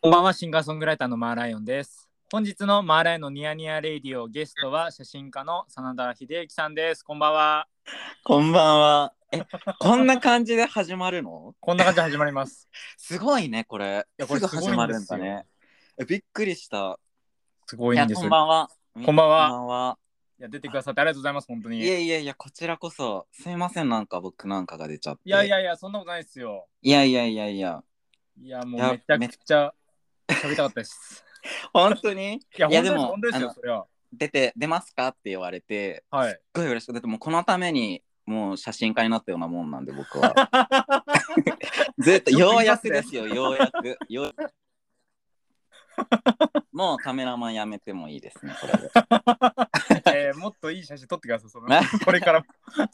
こんばんは、シンガーソングライターのマーライオンです。本日のマーライオンのニヤニヤレイディオゲストは写真家の真田秀幸さんです。こんばんは。 こんばんは。こんな感じで始まるの？ こんな感じで始まります。 すごいね、これ。 いや、これすごいすぐ始まんですよ。 るんだね。びっくりした。 すごいんです。 こんばんは。 こんばんは。 こんばんは。 いや、出てくださってありがとうございます、本当に。 いや、こちらこそ。すいません、なんか僕なんかが出ちゃって。 そんなことないですよ。 いや。 いや、もうめちゃくちゃ喋りたかったです。 本当に？ いや、 でも本当ですよ、それは。 出ますかって言われて、 はい。 すっごい嬉しくて、だってもうこのためにもう写真家になったようなもんなんで、僕は。ずっとようやくですよ、ようやく。もうカメラマンやめてもいいですね、これで。もっといい写真撮ってください、これからも。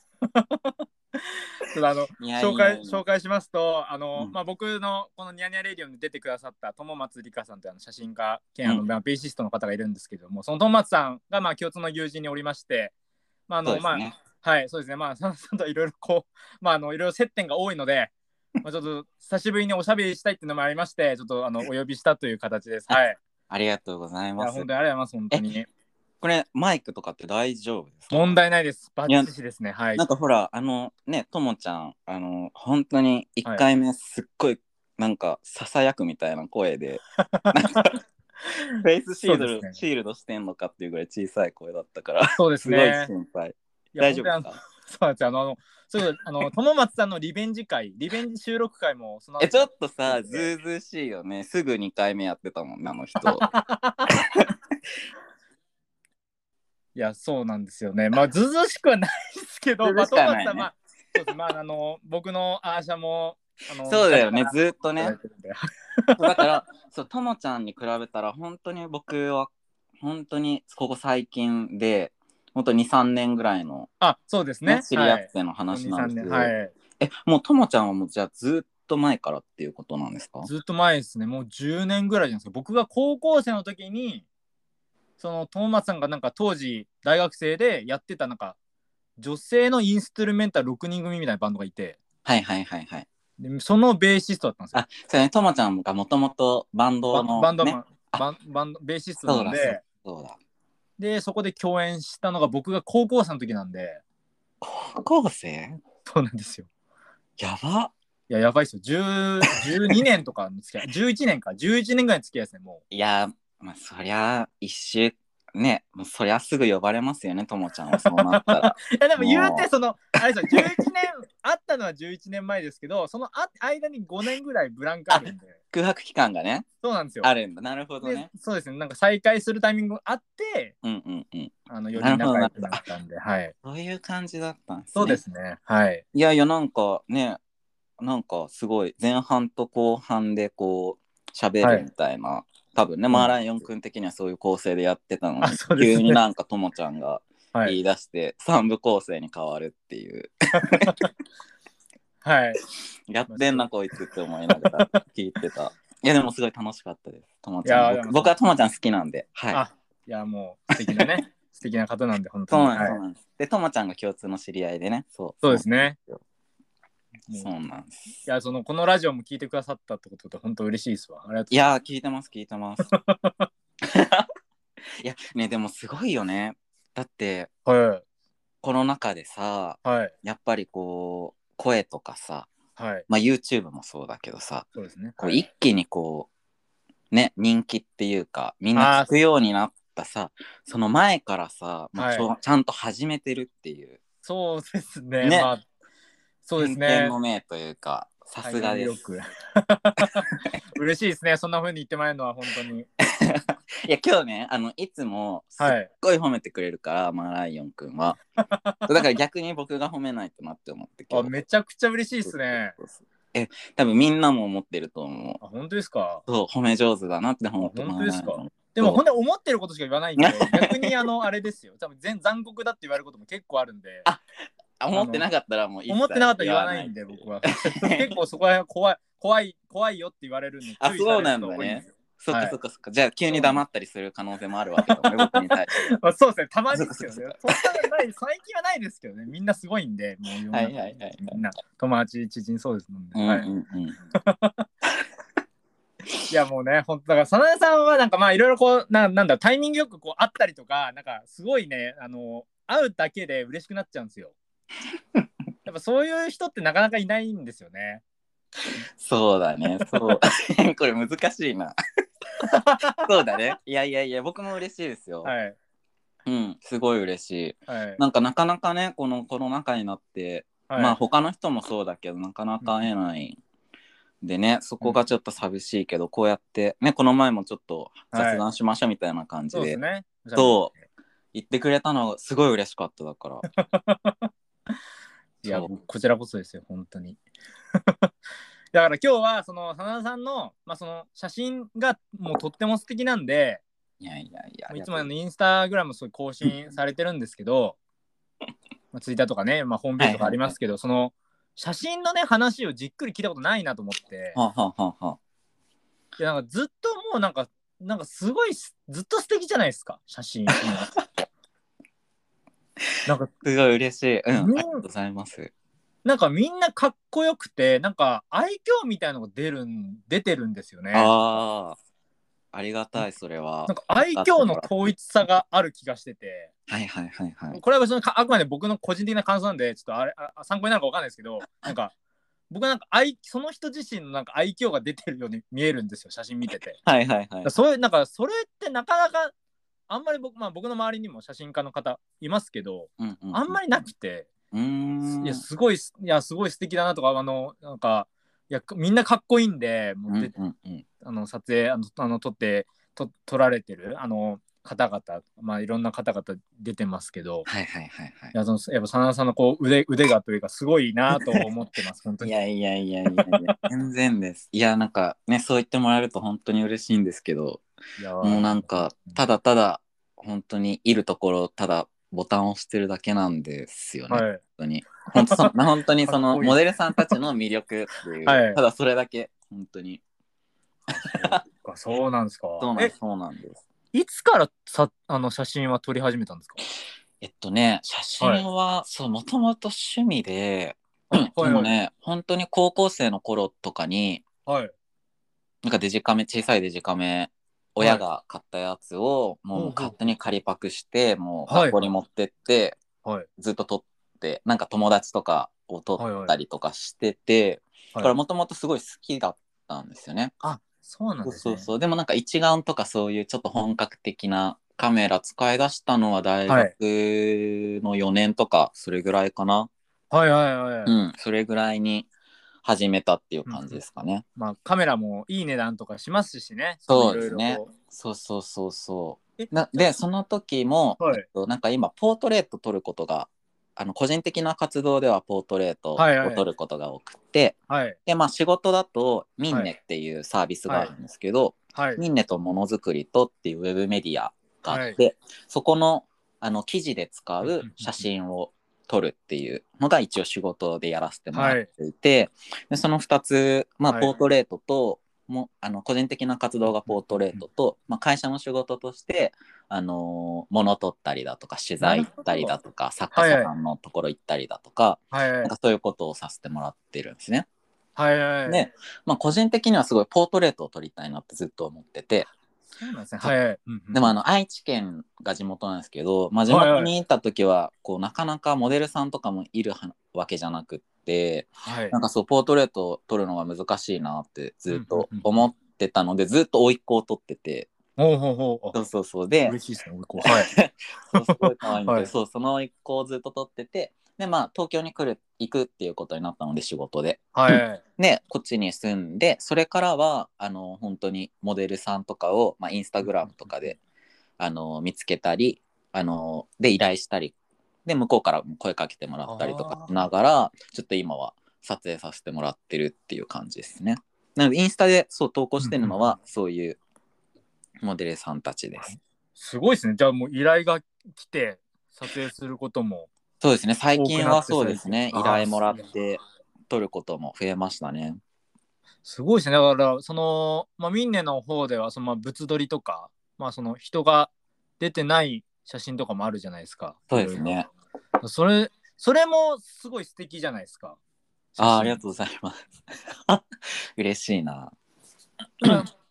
紹介しますと、僕のこのニヤニヤレディオに出てくださった友松里香さんという写真家兼ベーシストの方がいるんですけども、その友松さんが共通の友人におりまして、はい、そうですね、佐野さんといろいろいろいろ接点が多いので、ちょっと久しぶりにおしゃべりしたいっていうのもありまして、ちょっとお呼びしたという形です。はい。 ありがとうございます。 いや、本当にありがとうございます、本当に。 これマイクとかって大丈夫ですか？ 問題ないです。バッチシですね。はい。 なんかほら、ともちゃん、本当に1回目すっごい、なんか、ささやくみたいな声で、フェイスシールドしてんのかっていうぐらい小さい声だったから、 そうですね。 すごい心配。 大丈夫ですか？そうなんですよ。友松さんのリベンジ収録会もそのちょっとさ、ずうずうしいよね。すぐ2回目やってたもんね、あの人。 いや、そうなんですよね。ずうずうしくはないですけど、友松さん、僕のアーシャも、 そうだよね、ずっとね。だから、ともちゃんに比べたら、本当に僕は、本当にここ最近で、本当2、3年ぐらいの、 そうですね。 知り合っての話なんですけど、もうともちゃんはもうじゃあずっと前からっていうことなんですか？ ずっと前ですね。もう10年ぐらいじゃないですか。僕が高校生の時に、その友松さんがなんか当時大学生でやってたなんか女性のインストゥルメンタル6人組みたいなバンドがいて、 はいでそのベーシストだったんですよ。 そうね、ともちゃんがもともとバンドの、ね、 ベーシストなんで、 そうだでそこで共演したのが僕が高校生の時なんで。 高校生？ そうなんですよ。 やば。 いや、やばいっすよ。12年とかの付き合い、11年か、11年ぐらいの付き合いですね、もう。 いや、そりゃ一周ね、もうそりゃすぐ呼ばれますよね、ともちゃんはそうなったら。 いや、でも言うて、あれですよ、11年、会ったのは11年前ですけど、その間に5年ぐらいブランクあるんで。 空白期間がね。 そうなんですよ。 あるんだ。なるほどね。 そうですね、なんか再会するタイミングがあって、より仲良くなったんで、はい。 そういう感じだったんですね。 そうですね、はい。 いや、なんかね、なんかすごい前半と後半でこう喋るみたいな、多分ね、マーライオン君的にはそういう構成でやってたのに、急になんかともちゃんが言い出して3部構成に変わるっていうはい。 やってんなこいつって思いながら聞いてた。いやでもすごい楽しかったです。ともちゃん、僕はともちゃん好きなんで、はい。 いやもう素敵なね素敵な方なんで本当に。 そうなんです。でともちゃんが共通の知り合いでね。 そうですね。 そうなんです。 いや、このラジオも聞いてくださったってことで本当嬉しいですわ。ありがとうございます。いや、聞いてます。いやね、でもすごいよね。だって、コロナ禍でさ、やっぱりこう声とかさ、YouTube もそうだけどさ、 そうですね、 こう一気にこうね、人気っていうかみんな聞くようになったさ、その前からさ、ちゃんと始めてるっていう。 そうですね。そうですね。 先見の明というか、さすがです。 嬉しいですね。そんな風に言ってもらえるのは本当に。 いや今日ね、いつもすっごい褒めてくれるから、マーライオンくんは。だから逆に僕が褒めないとなって思って今日。 めちゃくちゃ嬉しいですね。 多分みんなも思ってると思う。 本当ですか？ そう、褒め上手だなって本当ですか？でも本当に思ってることしか言わないんで、逆にあれですよ。多分残酷だって言われることも結構あるんで。 思ってなかったらもう思ってなかったら言わないんで、僕は。結構そこは怖いよって言われるんで。 そうなんだね。そっか。じゃあ急に黙ったりする可能性もあるわけだね、僕に対して。 そうですね、たまにですけどね。最近はないですけどね。みんなすごいんで、もうみんな友達、知人そうですもんね。 いやもうね、本当だから真田さんはなんかまあいろいろこうなんだタイミングよくこう会ったりとかなんかすごいね会うだけで嬉しくなっちゃうんですよ。やっぱそういう人ってなかなかいないんですよね。 そうだね、そう。これ難しいな。そうだね。いやいやいや、僕も嬉しいですよ。 はい。 うん、すごい嬉しい。 はい。 なんかなかなかね、このコロナ禍になって、 はい。 まあ他の人もそうだけど、なかなか会えない。でね、そこがちょっと寂しいけど、こうやってね、この前もちょっと雑はい。 談しましょうみたいな感じで、 そうですね。おしゃべり。 そう言ってくれたのがすごい嬉しかっただから。 いや、 そう。 こちらこそですよ、本当に。だから今日は、その、真田さんの、まあ、その、写真がもうとっても素敵なんで、 いやいやいや、あいつりがとうございもインスタグラムすごい更新されてるんですけど、まあ、ツイッターとかね、まあ、ホームページとかあます。はいはいはい。 りますけど、その、写真のね、話をじっくり聞いたことないなと思って、 はあ、はあはあはあ、 いや、なんかずっともうなんかすごい、ずっと素敵じゃないですか、写真。なんか、 すごい嬉しい。うん、ありみん、 がとうございます。 なんかみんなかっこよくて、なんか愛嬌みたいなのが出てるんですよね。 ああ、ありがたい、それは。 なんか愛出して嬌のもらって。 統一さがある気がしてて、 はいはいはいはい。 これはあくまで僕の個人的な感想なんで、ちょっと参考になるかわかんないですけど、なんか僕なんかその人自身のなんか愛嬌が出てるように見えるんですよ、写真見てて。 はいはいはい。 そういう、なんかそれってなかなか、あんまり僕の周りにも写真家の方いますけど、 うんうんあんまりなくて、 うん。 いや、すごい素敵だなとか、なんか、いや、みんなかっこいいんで、もううんうんうん。 撮影、撮られてる、方々、まあ、いろんな方々出てますけど、 はいはいはいはい。 いや、やっぱ、真田さんのこう、腕がというか、すごいなと思ってます、本当に。 いやいやいやいやいや、全然です。いや、なんかね、そう言ってもらえると本当に嬉しいんですけど、 いやもうー、 なんか、ただただ、本当にいるところ、ただボタンを押してるだけなんですよね、 はい。 本当に。本当にかっそのこいいです。 モデルさんたちの魅力っていう、 はい。 ただそれだけ、本当に。 あ、そうか、そうなんですか。 そうなんです。 いつから写真は撮り始めたんですか？ 写はい。 真は、そう、もともと趣味で、 あ、はいはい。 でもね、本当に高校生の頃とかに、 はい。 なんかデジカメ、小さいデジカメ、親はい。 が買ったやつを、もほうう勝手ほうほうほう。 に仮パクして、もう学はいはい。 校に持ってって、 はい。 ずっと撮って、なんか友達とかを撮っはいはい。 たりとかしてて、こはい。 れもともとすごい好きだったんですよね。 あ、そうなんそうですね。 そうそう。でもなんか一眼とかそういうちょっと本格的なカメラ使い出したのは大学はい。 の4年とか、それぐらいかな。 はいはいはい。 うん、それぐらいに始めたっていう感じうんうん。 ですかね。 まあカメラもいい値段とかしますしね。いそうですね。 ろいろこそうそうそうそう。 う。 じゃで、その時も、 はい。 なんか今、ポートレート撮ることが、個人的な活動ではポートレートをはいはい。 撮ることが多くて、 はい。 で、まあ仕事だと、ミンはい。 ネっていうサービスがはい。 あるんですけど、 はい。 ミンネとものづくりとっていうウェブメディアがあっはい。 て、そこの、記事で使うんう写うんうんうん。 真を撮るっていうのが一応仕事でやらせてもらっはい。 ていて、でその2つ、まあ、 はい。 ポートレートと、個人的な活動がポートレーうん。 トと、まあ、会社の仕事として、物取ったりだとか取なる材行ったりだほど。 とか作家はいはい。 さんのところ行ったりだとか、 はいはい。 なんかそういうことをさせてもらってるんですね。 はいはい。 で、まあ、個人的にはすごいポートレートを撮りたいなってずっと思ってて、 そうなんですね。はそういはい。うんうんでもうん。 愛知県が地元なんですけど、まあ、地はいはい。 元に行った時はこうなかなかモデルさんとかもいるわけじゃなくって、 はい。 なんかそうポートレートを撮るのが難しいなってずっうんうんうんうん。 と思ってたので、ずっと甥っ子を撮ってて、 ほうほうほう。あ、 そうそうそうで、 嬉しいですね。こう、はい。 そうすごい可愛いんだけど、 はい。 そうその甥っ子をずっと撮ってて、でまあ東京に行くっていうことになったので、仕事で。 はい。 でこっちに住んで、それからは本当にモデルさんとかを、まあ、インスタグラムとかで見つけたり、で依頼したり、で向こうから声かけてもらったりとかしなああ。 がら、ちょっと今は撮影させてもらってるっていう感じですね。なのでインスタでそう投稿してるのはそういうモデルさんたちです。 すごいですね。じゃあもう依頼が来て撮影することもそうですね、最多くなって近はそうで最近。 すね、依ああ、 頼もらって撮ることも増えましたね。 すごいですね。だから、まあ、ミンネの方では、まあ、物撮りとか、まあ、人が出てない写真とかもあるじゃないですか。 そういろいろ。 ですね。 それもすごい素敵じゃないですか。写ありが真。 とうございます。嬉しいな。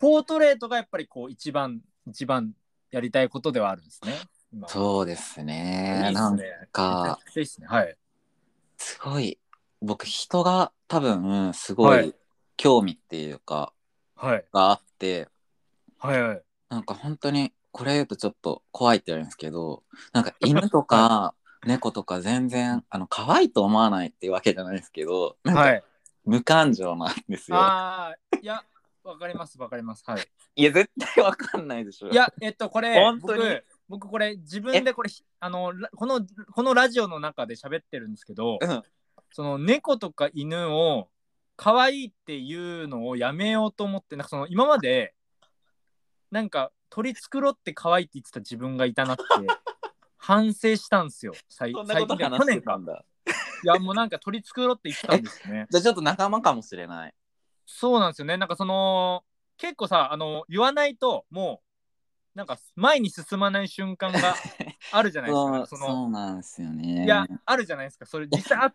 ポートレートがやっぱりこう一番やりたいことではあるんですね。 そうですね。 いいっすね。 なんかいいっすね。はい。 すごい僕人が多分すごはいい興味っていうかはいがあって、 はいはい。 なんか本当にこれ言うとちょっと怖いって言われるんですけど、なんか犬とはいか猫とか全然可愛いと思わないっていうわけじゃないですけど、なんかはい。 無感情なんですよ。 ああ、いや、わかりますわかります。はい。 いや絶対わかんないでしょ。 いや、これ、 本当に僕これ、自分でこれ、このラジオの中で喋ってるんですけど、 うん。 その猫とか犬を可愛いっていうのをやめようと思って、なんかその今まで、なんか取り繕って可愛いって言ってた自分がいたなって反省したんですよ。 そんなこと最近、 話してたんだ。 いや、もうなんか取り繕って言ってたんですよね。 じゃあちょっと仲間かもしれない。 そうなんですよね。なんかその、結構さ、言わないと、もう、なんか前に進まない瞬間があるじゃないですか。なんかそうなんですよいや、 ね。 あるじゃないですか。それ実際あって、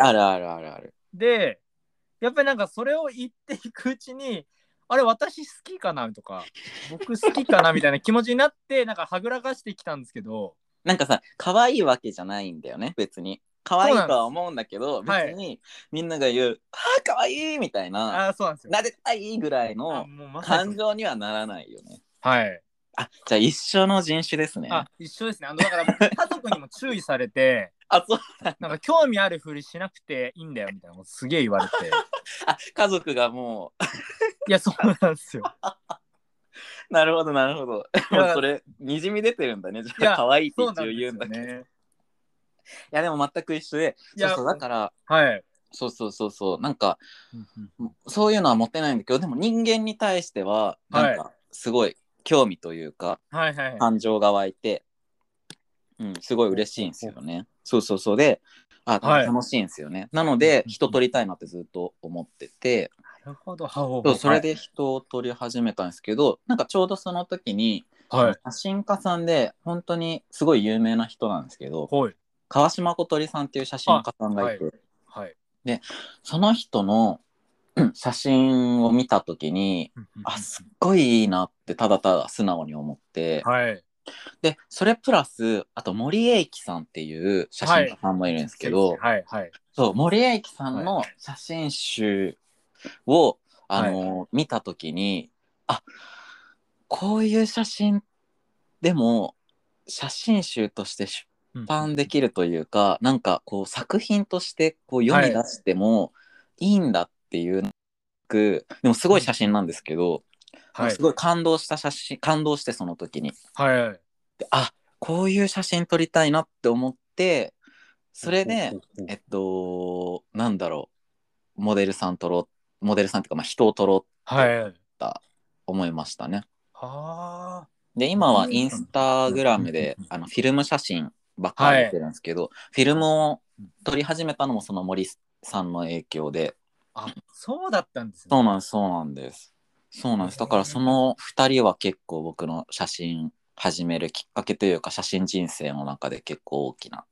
あるあるあるある。 で、やっぱりなんかそれを言っていくうちに、あれ、私好きかなとか、僕好きかなみたいな気持ちになって、なんかはぐらかしてきたんですけど、 なんかさ、可愛いわけじゃないんだよね、別に。可愛いとは思うんだけど、 はい、 別にみんなが言う、あー可愛いみたいな、 そうなんですよ。 撫でたいぐらいのもうまさに感情にはならないよね。 はい。 じゃあ一緒の人種ですね。 一緒ですね。だから僕、家族にも注意されて、 そうなんか興味あるふりしなくていいんだよみたいなことすげえ言われて。 家族がもいや、そうなんですよ。 う、なるほど、なるほど。 いやそれ、にじみ出てるんだね。じいや、 ゃあ可愛いって一応そうなんです言うんだけど。 よね。 いや、でも全く一緒で、 いや、 だから、 はい。 なんか、そういうのは持てないんだけど、でも人間に対しては、なんはい。 か、すごい興味というか、 はいはいはい。 感情が湧いて、すごい嬉しいんですよね。で、 はい。 楽しいんですよね。なので、人撮りたいなってずっと思ってて、 なるほど。 それで人を撮り始めたんですけど、なんかちょうどその時に、 はい。 写真家さんで、本当にすごい有名な人なんですけど、 はい。 川島小鳥さんっていう写真家さんがいはい。 て、 はい。 で、その人の写真を見た時に、すっごいいいなってただただ素直に思って、 はい。 で、それプラス、あと森英樹さんっていう写真家さんもいるんですけど、 はいはい。 そう、森英樹さんの写真集を、見た時に、こういう写真でも写真集として出版できるというか、なんかこう作品としてこう世に出してもいいんだっていう、でもすごい写真なんですけど、すごい感動してその時に、 はい。 でこういう写真撮りたいなって思って、それでなんだろう、モデルさんっていうか、人を撮ろうって思いましたね。で、今はインスタグラムでフィルム写真ばっか上げてるんですけど、フィルムを撮り始めたのもその森さんの影響で。 そうだったんですね。 そうなんです。そうなんです。だからその2人は結構僕の写真始めるきっかけというか、写真人生の中で結構大きな、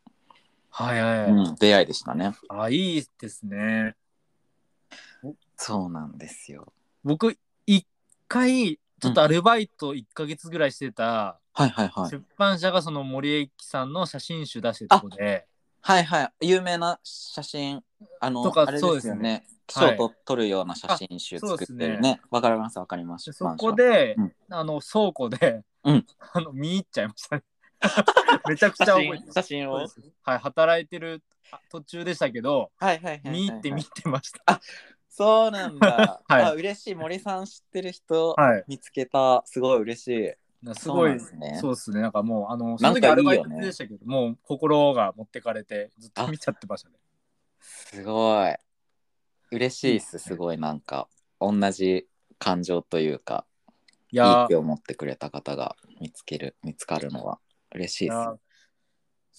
出会いでしたね。 いいですね。 そうなんですよ。 僕一回ちょっとアルバイト1ヶ月ぐらいしてた出版社がその森英樹さんの写真集出してるとこで、 有名な写真とか、 あれですよね。賞を取るような写真集作ってるね。わかります。 そこで、倉庫で、見入っちゃいましたね。めちゃくちゃ覚えてます。 写真を働いてる途中でしたけど、見入って見てました。 そうなんだ。嬉しい。森さん知ってる人見つけた。すごい嬉しい。 すごい、そうですね。なんかもう、その時アルバイトでしたけど、もう心が持ってかれて、ずっと見ちゃってましたね。 すごい。嬉しいっす。すごいなんか、同じ感情というか、いいって思ってくれた方が見つかるのは嬉しいです。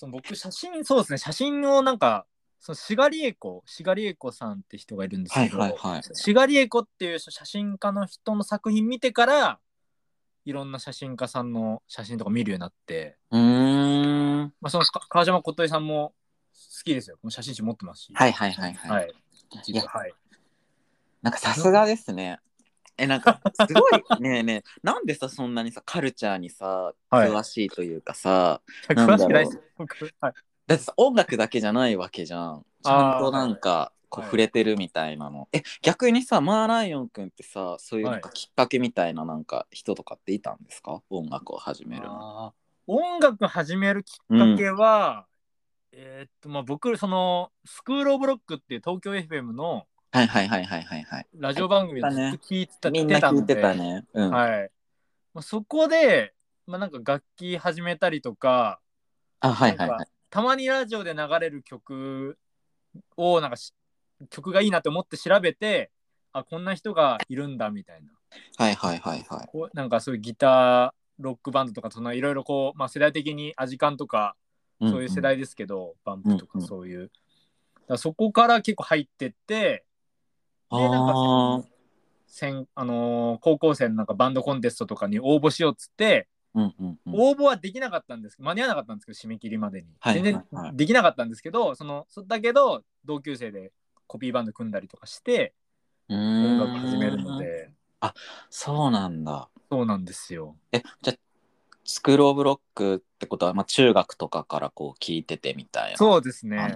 僕、写真をなんか、シガリエコさんって人がいるんですけど、シガリエコっていう写真家の人の作品見てから、いろんな写真家さんの写真とか見るようになって、その川島小鳥さんも好きですよ。写真集持ってますし。 なんかさすがですね。 なんかすごいねえねえ、なんでさそんなにさカルチャーにさ詳しいというかさ、なんだろう、 詳しくないです僕。はい。 だってさ音楽だけじゃないわけじゃん。ちゃんとなんかこうはい触れてるみたいなの。逆にさマーライオンくんってさそういうなんかきっかけみたいななんか人とかっていたんですか、音楽を始めるの。 音楽始めるきっかけは、まあ僕そのスクールオブロックっていう東京 FM のはいはいはいはいはいはい。 ラジオ番組をずっと聞いてた、 みんな聞いてたので、 ね。うん。 はい。まあ、そこで、まあ、なんか楽器始めたりとか、 あ、はいはいはい。 なんかたまにラジオで流れる曲をなんか曲がいいなって思って調べて、あ、こんな人がいるんだみたいな。 はいはいはいはい。 こうなんかそういうギターロックバンドとかそのいろいろこう、まあ、世代的にアジカンとかそういう世代ですけど、バンプとかそういう、だからそこから結構入ってって、でなんかその高校生のなんかバンドコンテストとかに応募しようっつって、応募はできなかったんです、間に合わなかったんですけど、締め切りまでに、全然できなかったんですけど、だけど同級生でコピーバンド組んだりとかして音楽始めるので。 あ、そうなんだ。 そうなんですよ。 じゃあスクールオブロックってことは、まあ、中学とかからこう聞いててみたいな。 そうですね。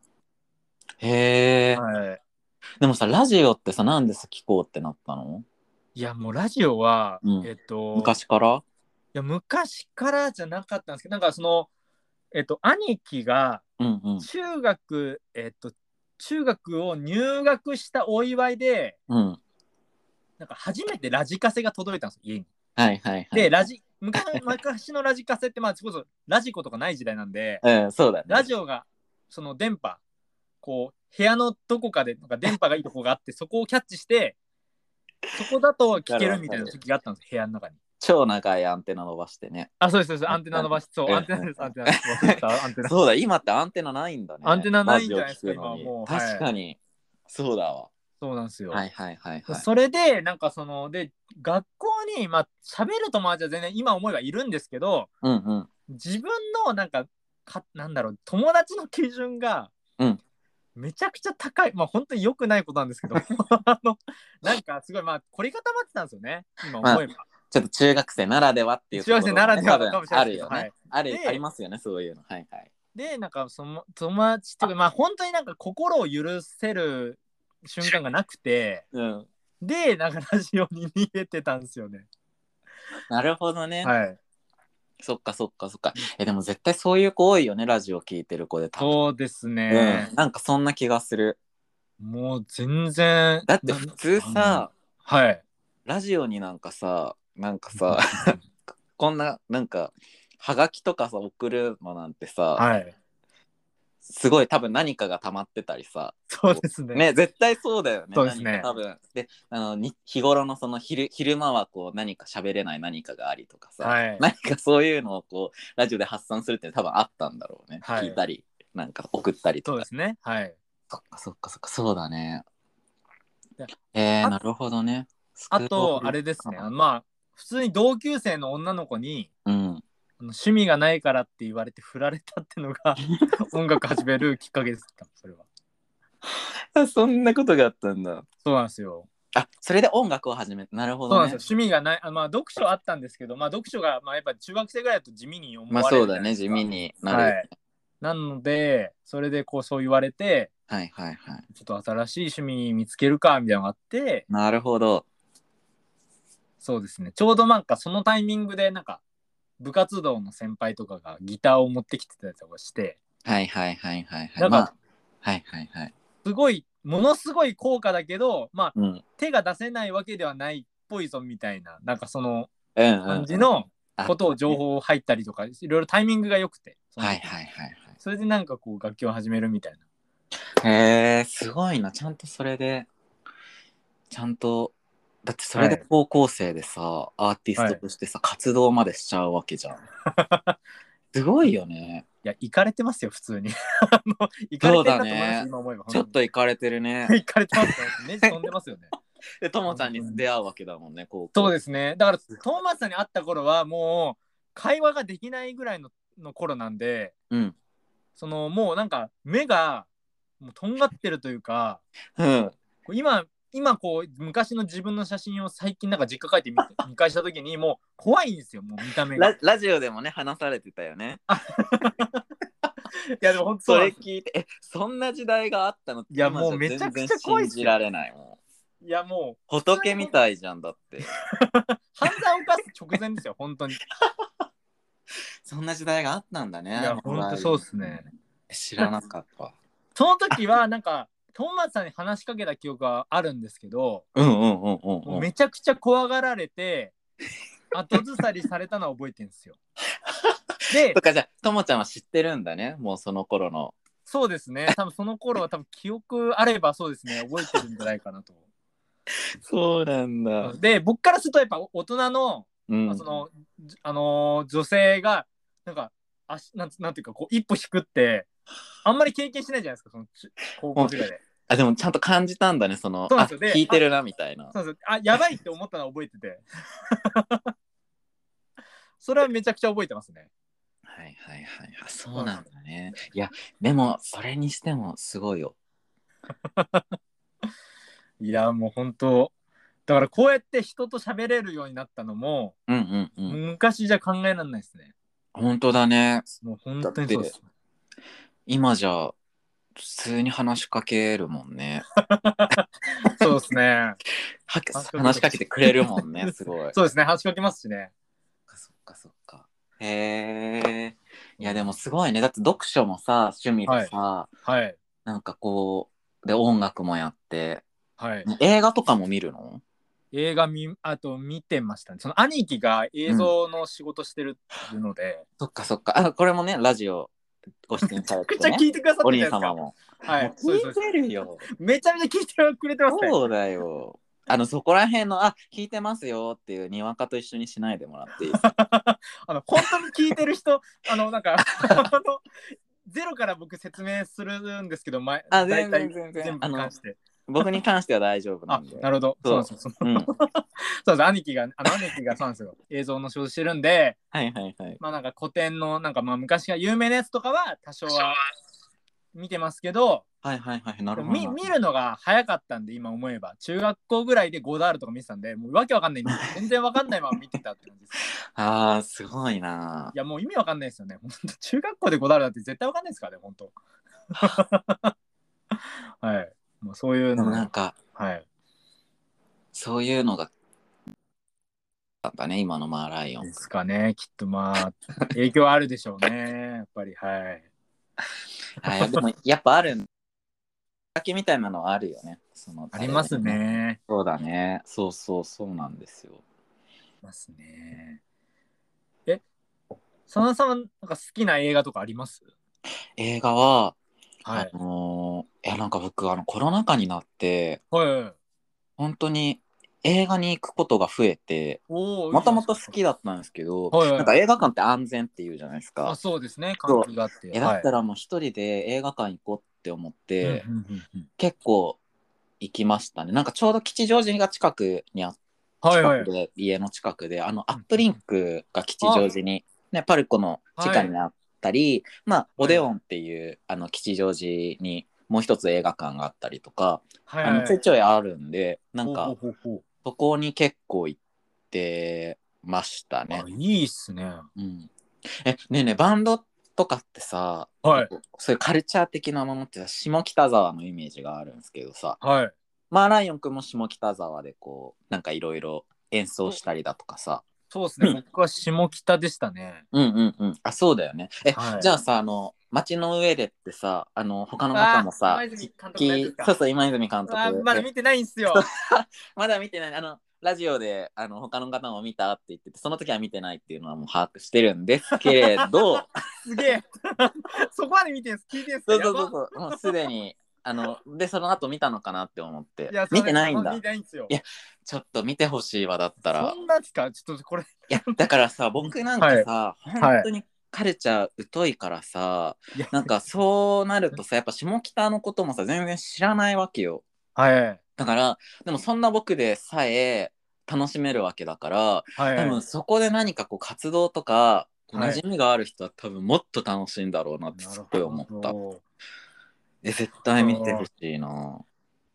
へえ、 はい。 でもさラジオってさなんでさ聞こうってなったの。 いやもうラジオは、 昔から。 いや昔からじゃなかったんですけど、なんかその兄貴が中学、中学を入学したお祝いで、なんか初めてラジカセが届いたんですよ、家に。 はいはいはい。 で昔のラジカセってまあそこそラジコとかない時代なんで、 そうだね。 ラジオがその電波こう部屋のどこかでなんか電波がいいとこがあってそこをキャッチしてそこだと聞けるみたいな時があったんです、部屋の中に。 超長いアンテナ伸ばしてね。 あ、そうですそうです、アンテナ伸ばして、そう、アンテナです、アンテナです。忘れた、アンテナ。 そうだ、今ってアンテナないんだね。 アンテナないんじゃないですか、今はもう。 確かに、そうだわ。 そうなんですよ。 はいはいはいはい。 それで、なんかで、学校に、まあ、喋る友達は全然今思えばいるんですけど、自分の、なんだろう、友達の基準が、めちゃくちゃ高い。まあ、本当に良くないことなんですけど、なんかすごい、まあ、凝り固まってたんですよね、今思えば。 ちょっと中学生ならではっていうところ、 中学生ならではかもしれないですけど、ありますよね、そういうの。はいはい。 で、なんかその友達っていうか、まあ本当になんか心を許せる瞬間がなくて、で、なんかラジオに逃げてたんですよね。 なるほどね。 はい。 そっかそっかそっか。でも絶対そういう子多いよね、ラジオ聞いてる子で。 そうですね。 なんかそんな気がする。 もう全然。 だって普通さ、 はい。 ラジオになんかさこんななんかはがきとかさ送るのなんてさ、 はい、 すごい多分何かが溜まってたりさ。 そうですね。 絶対そうだよね。 そうですね。 何か多分で日頃のその昼間はこう何か喋れない何かがありとかさ、何かそういうのをこうラジオで発散するって多分あったんだろうね。聞いたりなんか送ったりとか。 そうですね。はい。 そっかそっかそっか、そうだね。なるほどね。 あとあれですね、まあ普通に同級生の女の子に、趣味がないからって言われて振られたってのが音楽始めるきっかけです。それは。 そんなことがあったんだ。 そうなんですよ。 それで音楽を始めた。なるほどね。 そうなんですよ。趣味がない、まあ読書あったんですけど、まあ読書がまあやっぱ中学生ぐらいだと地味に思われるじゃないですか。 まあそうだね、地味になる、 はい。なのでそれでこうそう言われて、 ちょっと新しい趣味見つけるかみたいなのがあって。 なるほど。 そうですね。ちょうどなんかそのタイミングでなんか部活動の先輩とかがギターを持ってきてたりとかして、 なんか、 すごいものすごい効果だけど、まあ、手が出せないわけではないっぽいぞみたいな、なんかその感じのことを情報入ったりとか、いろいろタイミングが良くて、それでなんかこう楽器を始めるみたいな。へえ、すごいな。ちゃんとそれでちゃんとだってそれで高校生でさ、アーティストとしてさ、活動までしちゃうわけじゃん。すごいよね。 いや、行かれてますよ、普通に。 行かれてるなと思います、今思えば。ちょっと行かれてるね。 行かれてますよ。ネジ飛んでますよね。 で、ともちゃんに出会うわけだもんね、 そうですね。だから、トーマスさんに会った頃は、もう、会話ができないぐらいの頃なんで、もうなんか、目が、もうとんがってるというか、今今こう昔の自分の写真を最近なんか実家帰って見返した時にもう怖いんですよ、もう見た目が。 ラジオでもね話されてたよね。 いやでも本当それ聞いてそんな時代があったのっていや今じゃもうめちゃくちゃ怖いっすよ。 全然信じられないもいやもう仏みたいじゃんだって犯罪を犯す直前ですよ本当に。 そんな時代があったんだね。 いや本当そうですね。 知らなかった。 その時はなんかトンマツさんに話しかけた記憶があるんですけど、もうめちゃくちゃ怖がられて後ずさりされたのは覚えてるんですよ。で、 とかじゃあともちゃんは知ってるんだね、もうその頃の。 そうですね、多分その頃は多分記憶あればそうですね覚えてるんじゃないかなと。 そうなんだ。 で僕からするとやっぱ大人の、その女性がなんかなんていうかこう一歩引くってあんまり経験しないじゃないですか、その高校生で。 でもちゃんと感じたんだね、そのそうなんですよ。 聞いてるなみたいな。 そうですよ。やばいって思ったのは覚えててそれはめちゃくちゃ覚えてますね。 はいはいはい。そうなんだね。いやでもそれにしてもすごいよ。 いやもう本当だからこうやって人と喋れるようになったのも、昔じゃ考えられないですね。 本当だね。 もう本当にそうです。 今じゃ普通に話しかけるもんね。 そうですね。 話しかけてくれるもんね、すごい。 そうですね、話しかけますしね。 そっかそっか。へえ。いやでもすごいね。だって読書もさ、趣味でさ、なんかこうで音楽もやって、映画とかも見るの？ 映画あと見てましたね。その兄貴が映像の仕事してるので、 そっかそっか。これもねラジオご出演されて、ね、 めちゃくちゃ聞いてくださってるじゃないですか。 お兄様も。 はい。 聞いてるよ。 めちゃめちゃ聞いてくれてますね。 そうだよ。そこら辺の聞いてますよっていうにわかと一緒にしないでもらっていいですか？ 本当に聞いてる人なんかゼロから僕説明するんですけど、 全然全部に関して僕に関しては大丈夫なんで。 なるほど。そうなんですよ。そうです。兄貴がそうなんですよ。映像の仕事してるんで、まあなんか古典のなんかまあ昔が有名なやつとかは多少は見てますけど、なるほど。見るのが早かったんで、今思えば中学校ぐらいでゴダールとか見てたんで、もうわけわかんないんですよ。全然わかんないまま見てたって感じです。 すごいな。 いやもう意味わかんないですよね。中学校でゴダールだって絶対わかんないですからね、本当。はい。もうそういうのなんか、そういうのがあったね、今のマーライオンですかね。きっとまあ影響あるでしょうね、やっぱり。 でもやっぱあるきみたいなのはあるよね。 ありますね。 そうだね。そうなんですよ。 ますね。佐野さんはなんか好きな映画とかあります？ 映画は、なんか僕コロナ禍になって、本当に映画に行くことが増えて、もともと好きだったんですけど、なんか映画館って安全っていうじゃないですか。 そうですね、環境があって。 だったらもう一人で映画館行こうって思って、結構行きましたね。なんかちょうど吉祥寺が近くにあって、家の近くでアップリンクが吉祥寺に、ね、パルコの地下にあったり、オデオンっていう吉祥寺にもう一つ映画館があったりとか、ちょいちょいあるんで、なんかそこに結構行ってましたね。 いいっすね。 ねえねえ、バンドとかってさ、そういうカルチャー的なものって下北沢のイメージがあるんですけどさ、マーライオンくんも下北沢でこうなんかいろいろ演奏したりだとかさ。 そうですね、僕は下北でしたね。 そうだよね。じゃあさ、街の上でってさ、他の方もさ、 今泉監督のやつですか？ そう今泉監督。 まだ見てないんすよ。 まだ見てない。ラジオで他の方も見たって言ってて、その時は見てないっていうのはもう把握してるんですけれどすげえそこまで見てんす、聞いてんすか？ そうもうすでにでその後見たのかなって思って。見てないんだ。 見てないんすよ。 いやちょっと見てほしいわ。だったらそんなですか？ちょっとこれいやだからさ、僕なんかさ、本当にカルチャー疎いからさ、なんかそうなるとさ、やっぱ下北のこともさ全然知らないわけよ。だからでもそんな僕でさえ楽しめるわけだから、多分そこで何かこう活動とか馴染みがある人は多分もっと楽しいんだろうなってすっごい思った。絶対見てほしいな。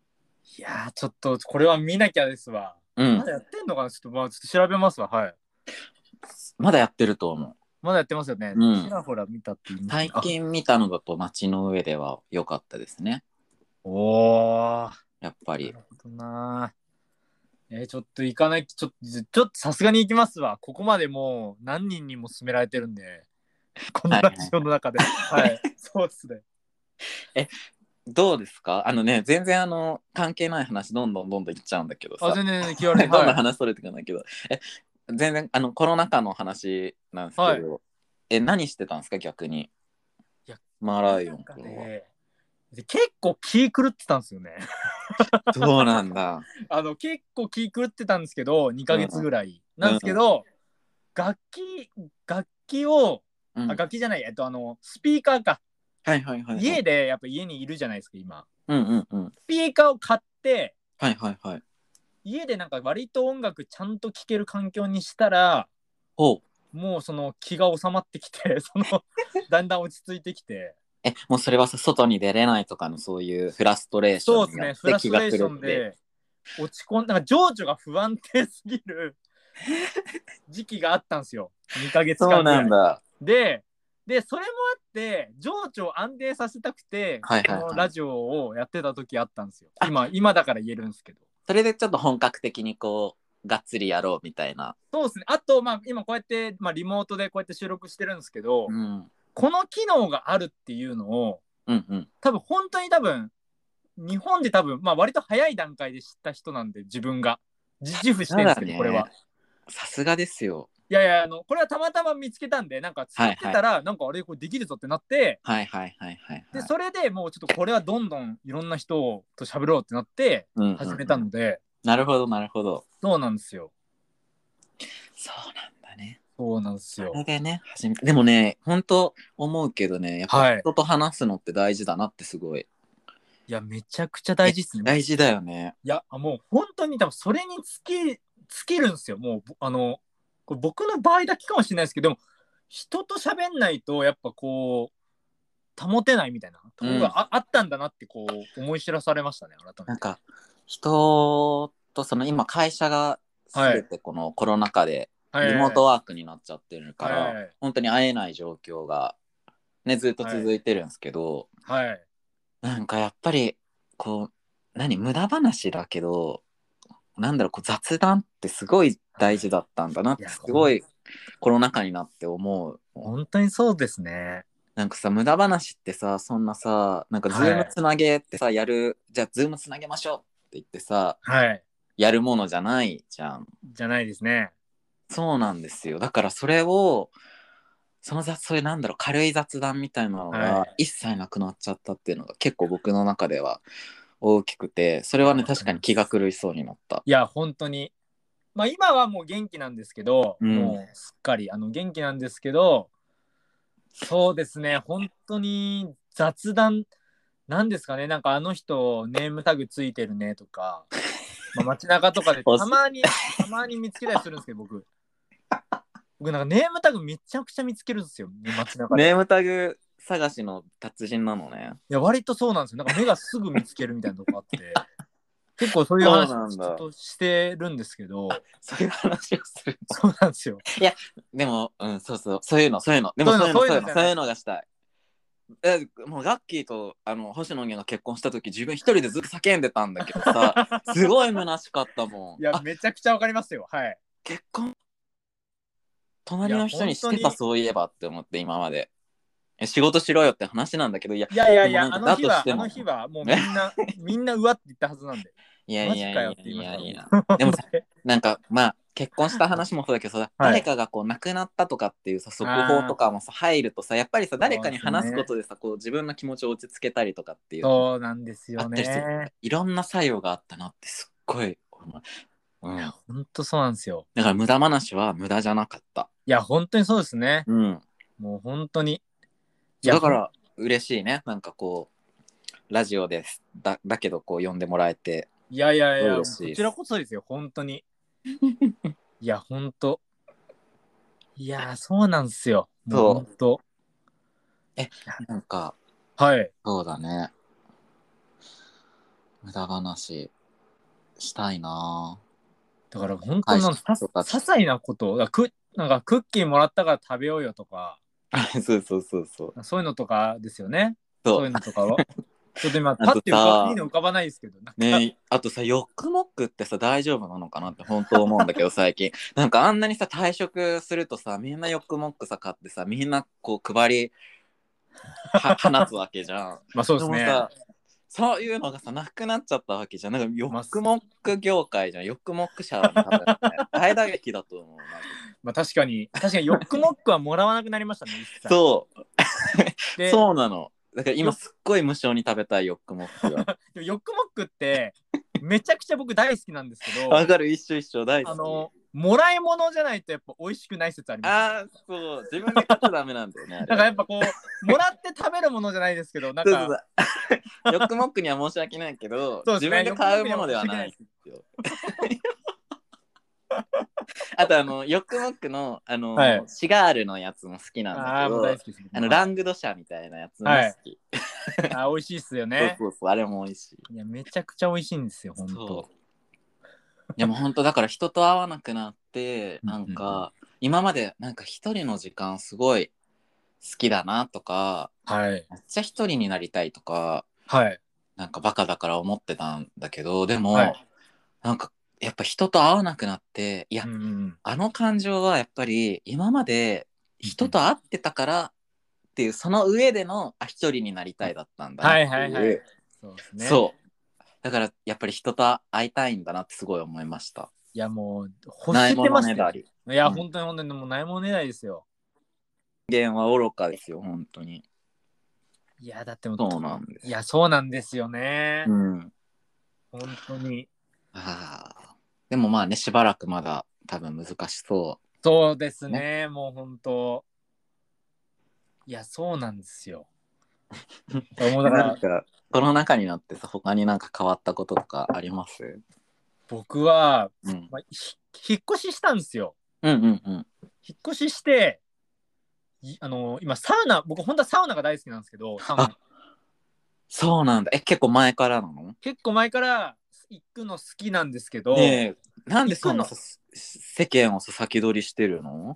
いやー、ちょっとこれは見なきゃですわ。まだやってんのかな、ちょっと、まあ、ちょっと調べますわ。はい。 まだやってると思まだやってますよね。 う。 ちらほら見たって言い最ますね。 近見たのだと街の上では良かったですね。 おー。 やっぱり。 なるほどな。ちょっと行かないちょっとさすがに行きますわ。ここまでもう何人にも勧められてるんで、このラジオの中で。はい。そうですね。 どうですか？全然関係ない話どんどん行っちゃうんだけどさ。 全然気軽に。 どんどん話それてくんだけど。全然コロナ禍の話なんですけど、何してたんですか逆に？ いや、 マーライオン君は。 結構気狂ってたんですよね。 そうなんだ。 結構気狂ってたんですけど、2ヶ月ぐらい。なんですけうんど、楽器を、 うん、 楽器じゃない、スピーカーか。 はいはいはい、はい。 家で、やっぱ家にいるじゃないですか、今。 ススピーカーを買って、 はいはいはい。 家でなんか割と音楽ちゃんと聴ける環境にしたら、 ほう。 もうその気が収まってきて、だんだん落ち着いてきて。 もうそれはさ、外に出れないとかのそういうフラストレーションによそうですね、フって気がラストレーショ狂って。 ンで落ち込んだ、なんか情緒が不安定すぎる時期があったんですよ。2ヶそう月間ぐらい。 なんだ。 で、それもあって、情緒を安定させたくて、こはいはいはい。 のラジオをやってた時あったんですよ。今だから言えるんですけど。 それでちょっと本格的にこう、がっつりやろうみたいな。 そうですね。あと、まあ、今こうやって、まあ、リモートでこうやって収録してるんですけど、 うん。 この機能があるっていうのを、 うんうん。 多分本当に日本で多分、まあ、割と早い段階で知った人なんで、自分が。自負してるんですけど、これは。 さすがですよ。 いやいや、これはたまたま見つけたんで、なんか使ってたら、 はいはい、 なんかあれ、これできるぞってなって、 はいはいはいはい、 で、それでもうちょっとこれはどんどんいろんな人と喋ろうってなって始めたので、 なるほどなるほど。 そうなんですよ。 そうなんだね。 そうなんですよ。 それでね、初めて。でもね、本当思うけどね、やっぱ人と話すのって大事だなってすごい。 いや、めちゃくちゃ大事っすね。 大事だよね。 いや、もう本当に多分それに尽きるんですよ。もう、これ僕の場合だけかもしれないですけど、でも、人と喋んないと、やっぱこう、保てないみたいなところがあったんだなって、こう、思い知らされましたね、改めて。 なんか、人と今、会社がすべてこのコロナ禍で、リモートワークになっちゃってるから、本当に会えない状況が、ね、ずっと続いてるんですけど、なんかやっぱり、こう、無駄話だけど、こう雑談ってすごい大事だったんだなってすごいコロナ禍になって思う。 本当にそうですね。 なんかさ、無駄話ってさ、そんなさ、なんかズームつなげってさ、じゃあズームつなげましょうって言ってさ、やるものじゃないじゃん。 じゃないですね。 そうなんですよ。だからそれを、そういう軽い雑談みたいなのが一切なくなっちゃったっていうのが結構僕の中では大きくて、それはね、確かに気が狂いそうになった。 いや、本当に。まあ今はもう元気なんですけど、もうすっかり元気なんですけど、そうですね、本当に雑談なんですかね、なんかあの人ネームタグついてるねとか、まあ、街中とかでたまに見つけたりするんですけど、僕なんかネームタグめちゃくちゃ見つけるんですよ、街中で。 ネームタグ探しの達人なのね。 いや、割とそうなんですよ。なんか目がすぐ見つけるみたいなとこあって、結構そういう話をちょっとしてるんですけど、 そういう話をする。 そうなんですよ。 いや、でも、そういうの。でもそういうのがしたい。もうガッキーと星野源が結婚した時自分一人でずっと叫んでたんだけどさ、すごい虚しかったもん。 いや、めちゃくちゃわかりますよ。はい。 結婚隣の人にしてた、そういえばって思って今まで。仕事しろよって話なんだけど、いやあの日はもうみんなうわって言ったはずなんで。 いやでもさ、なんかまあ結婚した話もそうだけどさ、誰かがこう亡くなったとかっていうさ、速報とかもさ入るとさ、やっぱりさ、誰かに話すことでさ、こう自分の気持ちを落ち着けたりとかっていう、 そうなんですよね。 いろんな作用があったなってすっごい、 いや、本当そうなんですよ。 だから無駄話は無駄じゃなかった。 いや、本当にそうですね。もう本当に。 だから嬉しいね。なんかこうラジオですだけどこう呼んでもらえて。 いや、こちらこそですよ、本当に。いや、本当。いや、そうなんですよ。もう本当。 なんか、そうだね。無駄話。 したいな。 だから本当の些細なことなんかクッキーもらったから食べようよとかそうそうそうそう。 そういうのとかですよね。 そうそういうのとかはちょっと今パッていいの浮かばないですけどね、あとさヨックモックってさ大丈夫なのかなって本当思うんだけど最近なんかあんなにさ退職するとさみんなヨックモックさ買ってさみんなこう配り放つわけじゃん。 まあそうですね。 でもさそういうのがさなくなっちゃったわけじゃん。なんかヨックモック業界じゃん。ヨックモック社は多分、ね、大打撃だと思う。 まあ確かにヨックモックはもらわなくなりましたね。 そうそうなの。だから今すっごい無償に食べたいヨックモックが。 ヨックモックってめちゃくちゃ僕大好きなんですけど。 わかる、一緒大好き。 もらい物じゃないとやっぱ美味しくない説あります、 ああ、そう、自分で買っちゃダメなんだよね。 だからやっぱこうもらって食べるものじゃないですけど、なんかヨックモックには申し訳ないけど、 ね、 自分で買うものではないんですよ。あとヨックモックのはい、シガールのやつも好きなんだけど、ラングドシャみたいなやつも好き。 はい、美味しいっすよね。 そうあれも美味しい。 いやめちゃくちゃ美味しいんですよ本当。 でも本当だから人と会わなくなってなんか今までなんか一人の時間すごい好きだなとか、 はい、 めっちゃ一人になりたいとか、 はい、 なんかバカだから思ってたんだけどでも、はい、なんかやっぱ人と会わなくなっていや、あの感情はやっぱり今まで人と会ってたからっていうその上での一人になりたいだったんだなっていう、はいはいはい、そうですね。そうだからやっぱり人と会いたいんだなってすごい思いました。 いやもう欲してますよ。いや、本当にもうないものねだりですよ。 人間は愚かですよ本当に。 いやだってもそうなんです。 いやそうなんですよね。本当に。 でもまあねしばらくまだ多分難しそう。 そうですね、もう本当。いやそうなんですよ。 もうだからコロナ禍になってさ他になんか変わったこととかあります？ 僕は、引っ越ししたんですよ。引っ越しして今サウナ、僕本当はサウナが大好きなんですけど、 そうなんだ。結構前からなの？結構前から行くの好きなんですけど、 ねえ、なんでそんな世間を先取りしてるの？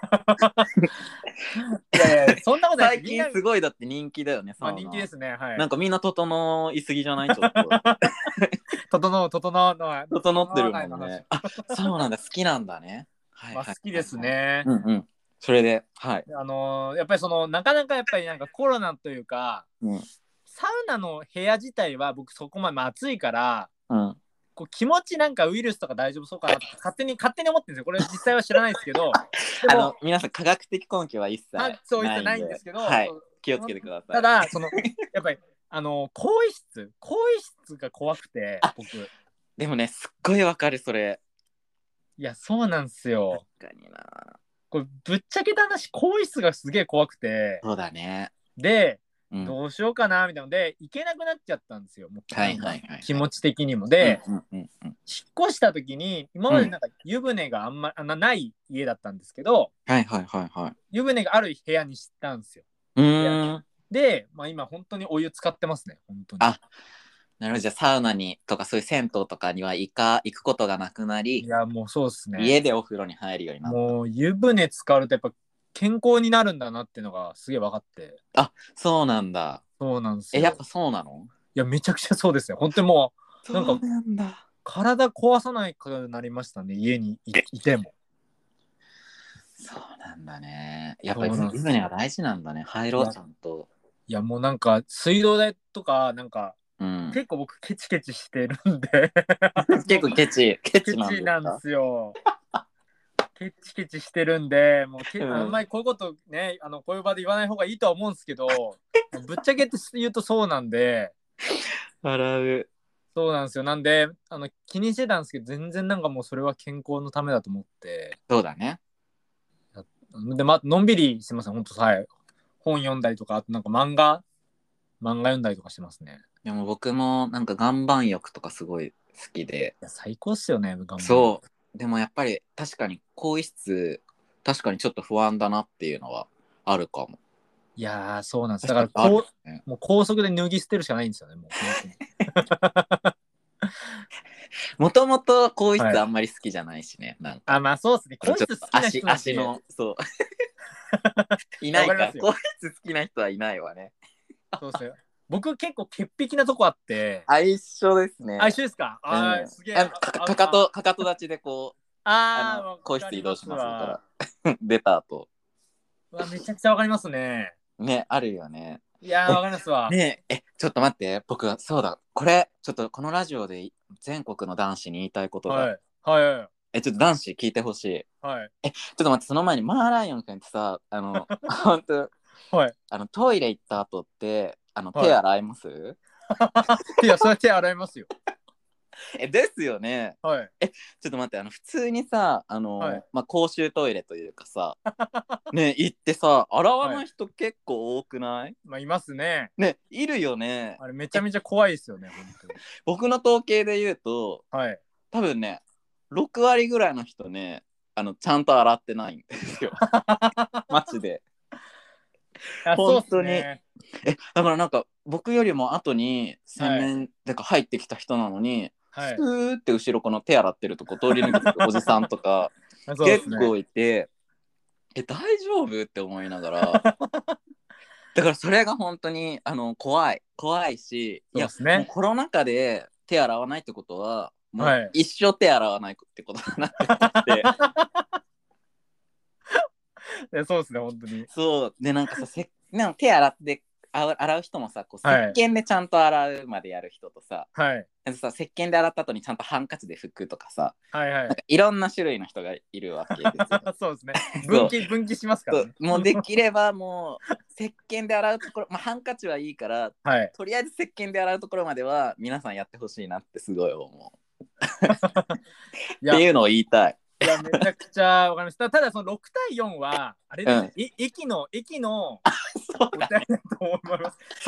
いやそんなことない。最近すごいだって人気だよね。 人気ですね。はい。 なんかみんな整いすぎじゃない？ちょっと整ってるもんね。あ、そうなんだ。好きなんだね。 好きですね。 それで、はい。 やっぱりなかなかやっぱりなんかコロナというか、サウナの部屋自体は僕そこまで暑いから、こう気持ちなんかウイルスとか大丈夫そうかなって勝手に思ってるんですよ。これ実際は知らないですけどでも皆さん科学的根拠は一切ないんですけど、 はい、気をつけてください。 ただやっぱり更衣室が怖くて僕。 でもねすっごいわかるそれ。 いやそうなんですよ。 確かにな。 これぶっちゃけた話更衣室がすげえ怖くて。 そうだね。 でどうしようかなみたいなので行けなくなっちゃったんですよ。もう気持ち的にも。で、引っ越した時に今までなんか湯船があんまない家だったんですけど、湯船がある部屋にしたんですよ。で、今本当にお湯使ってますね本当に。 あ、なるほど。じゃあサウナにとかそういう銭湯とかには行くことがなくなり、 いやもうそうですね。 家でお風呂に入るようになった。 もう湯船使うとやっぱ健康になるんだなっていうのがすげえ分かって。 あ、そうなんだ。 そうなんですよ。 やっぱそうなの？ いやめちゃくちゃそうですよ。本当にもうなんか体壊さないくなりましたね家にいても。 そうなんだね。やっぱり湯船は大事なんだね。入ろうちゃんと。 いやもうなんか水道代とかなんか、結構僕ケチケチしてるんで結構ケチなんですよ。ケチケチしてるんでもうあんまりこういうことねこういう場で言わない方がいいとは思うんですけどぶっちゃけて言うとそうなんで。 笑う。 そうなんですよ。なんで気にしてたんですけど全然なんかもうそれは健康のためだと思って。 そうだね。 でのんびりしてますね本当。はい。本読んだりとかあとなんか漫画読んだりとかしてますね。 でも僕もなんか岩盤浴とかすごい好きで。 いや最高っすよね。 そうでもやっぱり確かに更衣室確かにちょっと不安だなっていうのはあるかも。 いやそうなんです。だからもう高速で脱ぎ捨てるしかないんですよねもうもともと更衣室あんまり好きじゃないしね、なんか。 まあそうですね。更衣室好きな人なんて足の、そう。いないか。更衣室好きな人はいないわね。 そうですよ。僕結構潔癖なとこあって。 一緒ですね。 一緒ですか。すげえ。 かかと立ちでこう、更衣室移動しますから。出た後。 めちゃくちゃわかりますね。 ね、あるよね。 いやわかりますわ。 ねちょっと待って、僕はそうだ、これ、ちょっとこのラジオで全国の男子に言いたいことが。 はい。 ちょっと男子聞いてほしい。 はい。 ちょっと待って、その前にマーライオン君ってさ、本当、 はい。 トイレ行った後って、手洗います？ いや、それ手洗いますよ。 ですよね。 はい。 ちょっと待って、普通にさ、公衆トイレというかさ、ね、行ってさ、洗わない人結構多くない？ いますね。 ね、いるよね。 あれめちゃめちゃ怖いですよね、本当に。 僕の統計で言うと、多分ね、6割ぐらいの人ね、ちゃんと洗ってないんですよ。マジで。本当に。だからなんか僕よりも後に洗面でか入ってきた人なのに、スーって後ろこの手洗ってるとこ通り抜けてるおじさんとか結構いて、大丈夫って思いながらだからそれが本当に怖いし、いや、もうコロナ禍で手洗わないってことはもう一生手洗わないってことだなって思ってそうですね、本当に。 そうで、なんかさ、なんか手洗って洗う人もさ、こう石鹸でちゃんと洗うまでやる人とさ、石鹸で洗った後にちゃんとハンカチで拭くとかさ、なんかいろんな種類の人がいるわけですよ。 そうですね。分岐しますからね。 もうできればもう石鹸で洗うところ、ハンカチはいいから、とりあえず石鹸で洗うところまでは皆さんやってほしいなってすごい思う。っていうのを言いたい。 いや、めちゃくちゃわかりました。ただその6対4はあれですね、駅のそうだね。 と思います。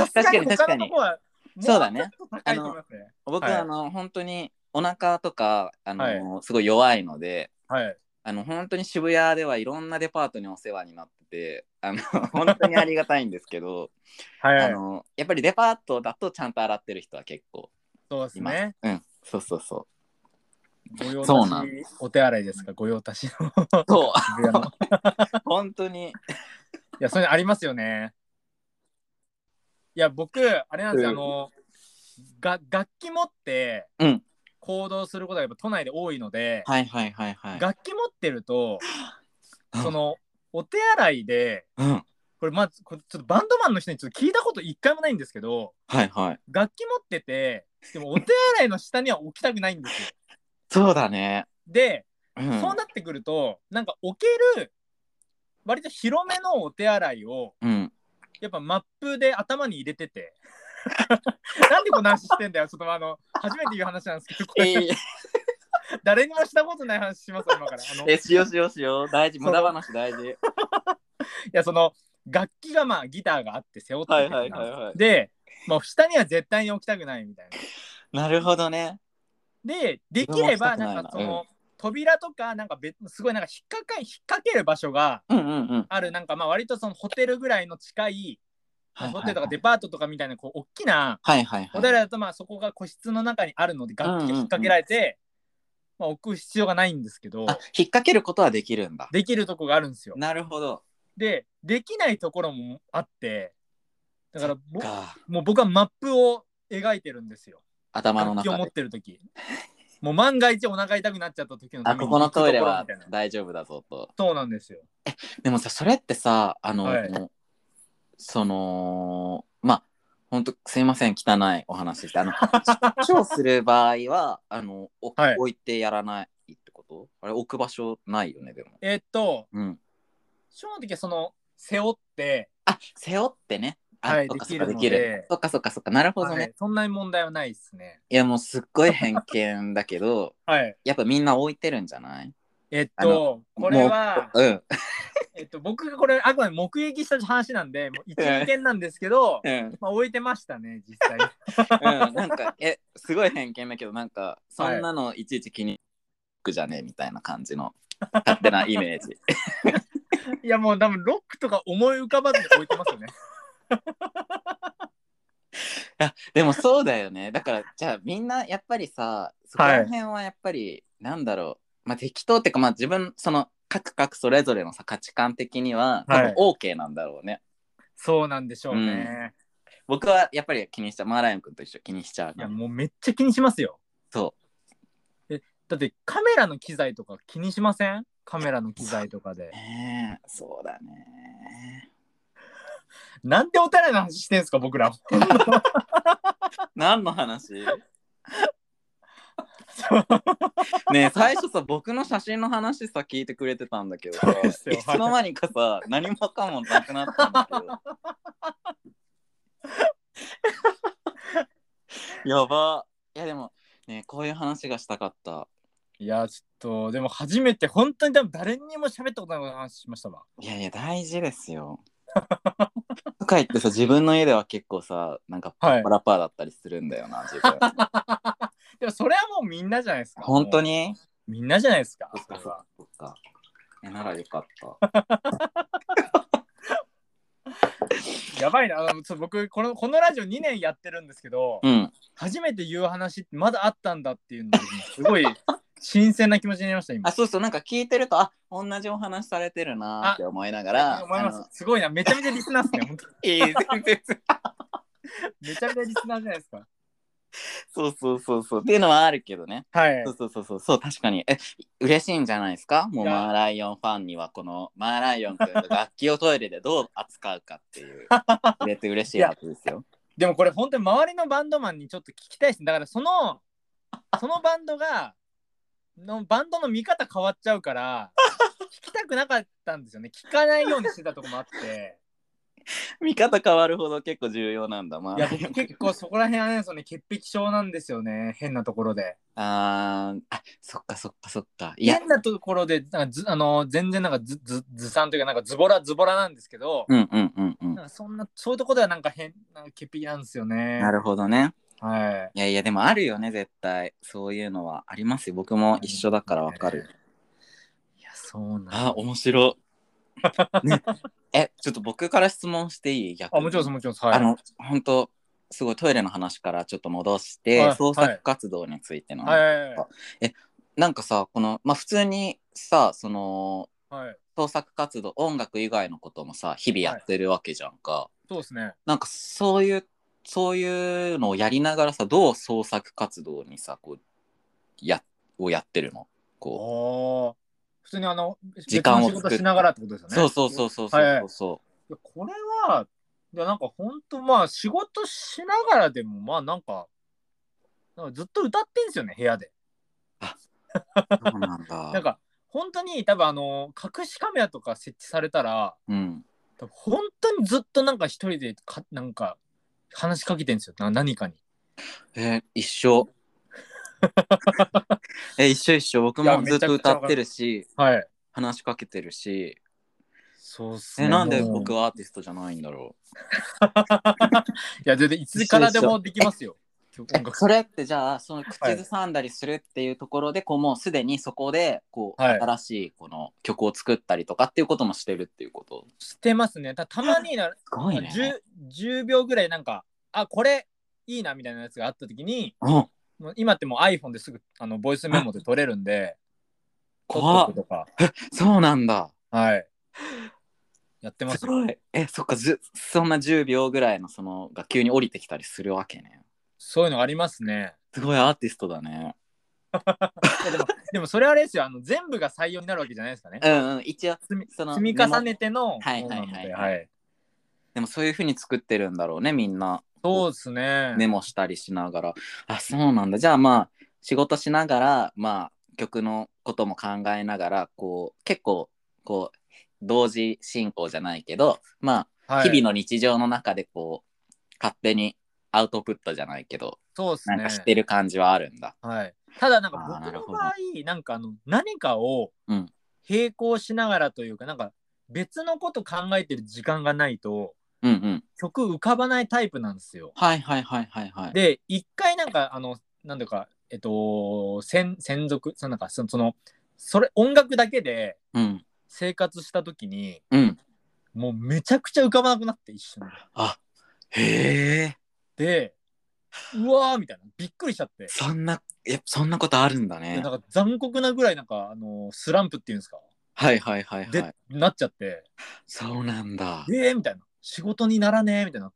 確かに確かに。そうだね。僕本当にお腹とかすごい弱いので、本当に渋谷ではいろんなデパートにお世話になってて、本当にありがたいんですけど、やっぱりデパートだとちゃんと洗ってる人は結構そうですね。 そうそうそう。 御用達お手洗いですか、御用達の。 そう本当に。 いや、それありますよね。いや、僕あれなんですよ、楽器持って行動することがやっぱ都内で多いので、楽器持ってるとそのお手洗いで、これちょっとバンドマンの人にちょっと聞いたこと一回もないんですけど、楽器持っててでもお手洗いの下には置きたくないんですよ。 そうだね。 で、そうなってくるとなんか置ける割と広めのお手洗いを、やっぱマップで頭に入れててなんでこんな話してんだよ。ちょっと初めて言う話なんですけど、これ誰にもしたことない話します今から。 しよう大事、無駄話大事。いや、その楽器がギターがあって背負ってて、で、下には絶対に置きたくないみたいな。なるほどね。 できればなんかその扉とかなんかすごいなんか引っ掛ける場所がある、なんか割とそのホテルぐらいの近いホテルとかデパートとかみたいなこう大きなホテルだとそこが個室の中にあるので楽器が引っ掛けられて置く必要がないんですけど、 引っ掛けることはできるんだ。 できるとこがあるんですよ。 なるほど。 できないところもあって、だからもう僕はマップを描いてるんですよ、 頭の中で。 楽器を持ってる時。もう万が一お腹痛くなっちゃった時のためにここのトイレは大丈夫だぞと。 そうなんですよ。 でもさ、それってさほんとすいません、汚いお話して超する場合は置いてやらないってこと？あれ置く場所ないよね。でも正直その背負ってね。 できる。 そっかなるほどね。 そんなに問題はないですね。 いや、もうすっごい偏見だけどやっぱみんな置いてるんじゃない？ これは僕がこれあくまで目撃した話なんでもう一見なんですけど、置いてましたね実際。 なんかすごい偏見だけど、なんかそんなのいちいち気にくじゃねえみたいな感じの勝手なイメージ。 いや、もう多分ロックとか思い浮かばずに置いてますよね。 やでもそうだよね。だからじゃあみんなやっぱりさ、そこら辺はやっぱり、なんだろう、まあ適当っていうか、まあ自分その各それぞれのさ価値観的には多分はい。 OK なんだろうね。 そうなんでしょううん。 ね。 僕はやっぱり気にしちゃう。マーライオン君と一緒気にしちゃういや、 かも。 もうめっちゃ気にしますよ。 そえ、だってカメラの機材とか気にしません？カメラのう。 機材とかで。 そうだね。 なんでお互いの話してんすか、僕ら。 何の話？ そうねえ最初さ僕の写真の話さ聞いてくれてたんだけどさ、 そうですよ。はい。 いつの間にかさ何もかもなくなったんだけど。やば。いやでもねこういう話がしたかった。 いや、ちょっと、でも初めて、本当に多分誰にも喋ったことない話しましたわ。 いやいや大事ですよ。とか言ってさ自分の家では結構さなんかパッはい。 パラパーだったりするんだよな自分。 でもそれはもうみんなじゃないですか。 本当もに？ うみんなじゃないですか。 そっかそっかそれは。 そっか。ならよかった。 やばいな。僕このラジオ2年やってるんですけど、 うん。 初めて言う話ってまだあったんだっていうのですごい新鮮な気持ちになりました、今。 そうそうなんか聞いてると同じお話されてるなって思いなが最近ら思います。すごいな。めちゃめちゃリスナーっすね。本当全然めちゃめちゃリスナーじゃないですか。 そうっていうのはあるけどね。 はい。 そう確かに嬉しいんじゃないですか。もういや、 マーライオンファンにはこのマーライオンくんが楽器をトイレでどう扱うかっていう入れて嬉しいいや、 はずですよ。 でもこれ本当に周りのバンドマンにちょっと聞きたいですね。だからそのバンドの見方変わっちゃうから聞きたくなかったんですよね。聞かないようにしてたとこもあって。 見方変わるほど結構重要なんだマいや、 ーライオンくん。 僕結構そこら辺はね、潔癖症なんですよね。変なところで。 そっかいや変なところで、なんか全然なんかずさんというか、なんかズボラなんですけど、 うんなんかそういうところではなんかなんか潔癖なんですよね。 なるほどね。 はい。 いやいやでもあるよね絶対そういうのはありますよ。僕も一緒だからわかる。 いや、そうなん面白ね。ちょっと僕から質問していい？逆もちろんです、 に。 もちろんです。はい。 本当すごいトイレの話からちょっと戻してはい。 創はい。 作活動についてなはい。 んだけはい。 どさ、なんかさこのまあ普通にさそのはい。 創作活動音楽以外のこともさ日々やはい。 ってるわけじゃんか。 そうですね。 なんかそういうのをやりながらさどう創作活動にさこうややってるの？こう普通に時間別の仕を作って。 事しながらってことですよね。はい。いや、これは、いや、なんか本当、まあ、仕事しながらでも、まあ、なんかずっと歌ってんすよね、部屋で。 あそうなんだ。 なんか、本当に、多分隠しカメラとか設置されたら、 うん。 多分本当にずっとなんか一人でなんか、話しかけてんすよ、何かに。 一緒。一緒。僕いや、 もめちゃずっと歌っくちゃわかる。 てるし、 はい。 話しかけてるし、 そうっすね、 なんでもう。 僕はアーティストじゃないんだろいや、全然いう。 つからでもできますよ。音楽。 それってじゃあ、そのはい。 口ずさんだりするっていうところで、こうもうすでにそこで、こう、 はい。 新しいこの曲を作ったりとかっていうこともしてるっていうこと？ してますね。たまにすごいね。 10秒ぐらいなんか、これいいなみたいなやつがあったときに、 うん。 もう今ってもう iPhone ですぐボイスメモで取れるんで、取っと怖っ。 くとか、 そうなんだ。 はい、やってますよ。 すごい。そっか、そんな10秒ぐらいのそのが急に降りてきたりするわけね。 そういうのありますね。 すごいアーティストだね。 いやでもそれはあれですよ。全部が採用になるわけじゃないですかね。 一応、その積み重ねてのはいはいものなので、 はいはい。 はい。 でもそういう風に作ってるんだろうね、みんな。こそうですう、 ね。 メモしたりしながら。そうなんだ。じゃあまあ、仕事しながら、まあ、曲のことも考えながら、こう、結構、こう、同時進行じゃないけど、まあ、日々 はい。 の日常の中でこう、勝手にアウトプットじゃないけど、 そうですなんか知っね。 てる感じはあるんだ。 はい。ただなんか僕のなるほど。 場合、なんか何かをうん。 並行しながらというか、なんか別のこと考えてる時間がないとうんうん。 曲浮かばないタイプなんですよ。 はい。 で、一回なんかなんだか専属なんかそれ音楽だけでうん。 生活した時にうん。 もうめちゃくちゃ浮かばなくなって一瞬あ、へえ。 で。 うわーみたいな、びっくりしちゃって。 そんなことあるんだね。 なんか残酷なぐらいなんかスランプっていうんですか。 はいはいはいはでい。 なっちゃって。 そうなんだ。 みたいな。仕事にならねえみたいになって。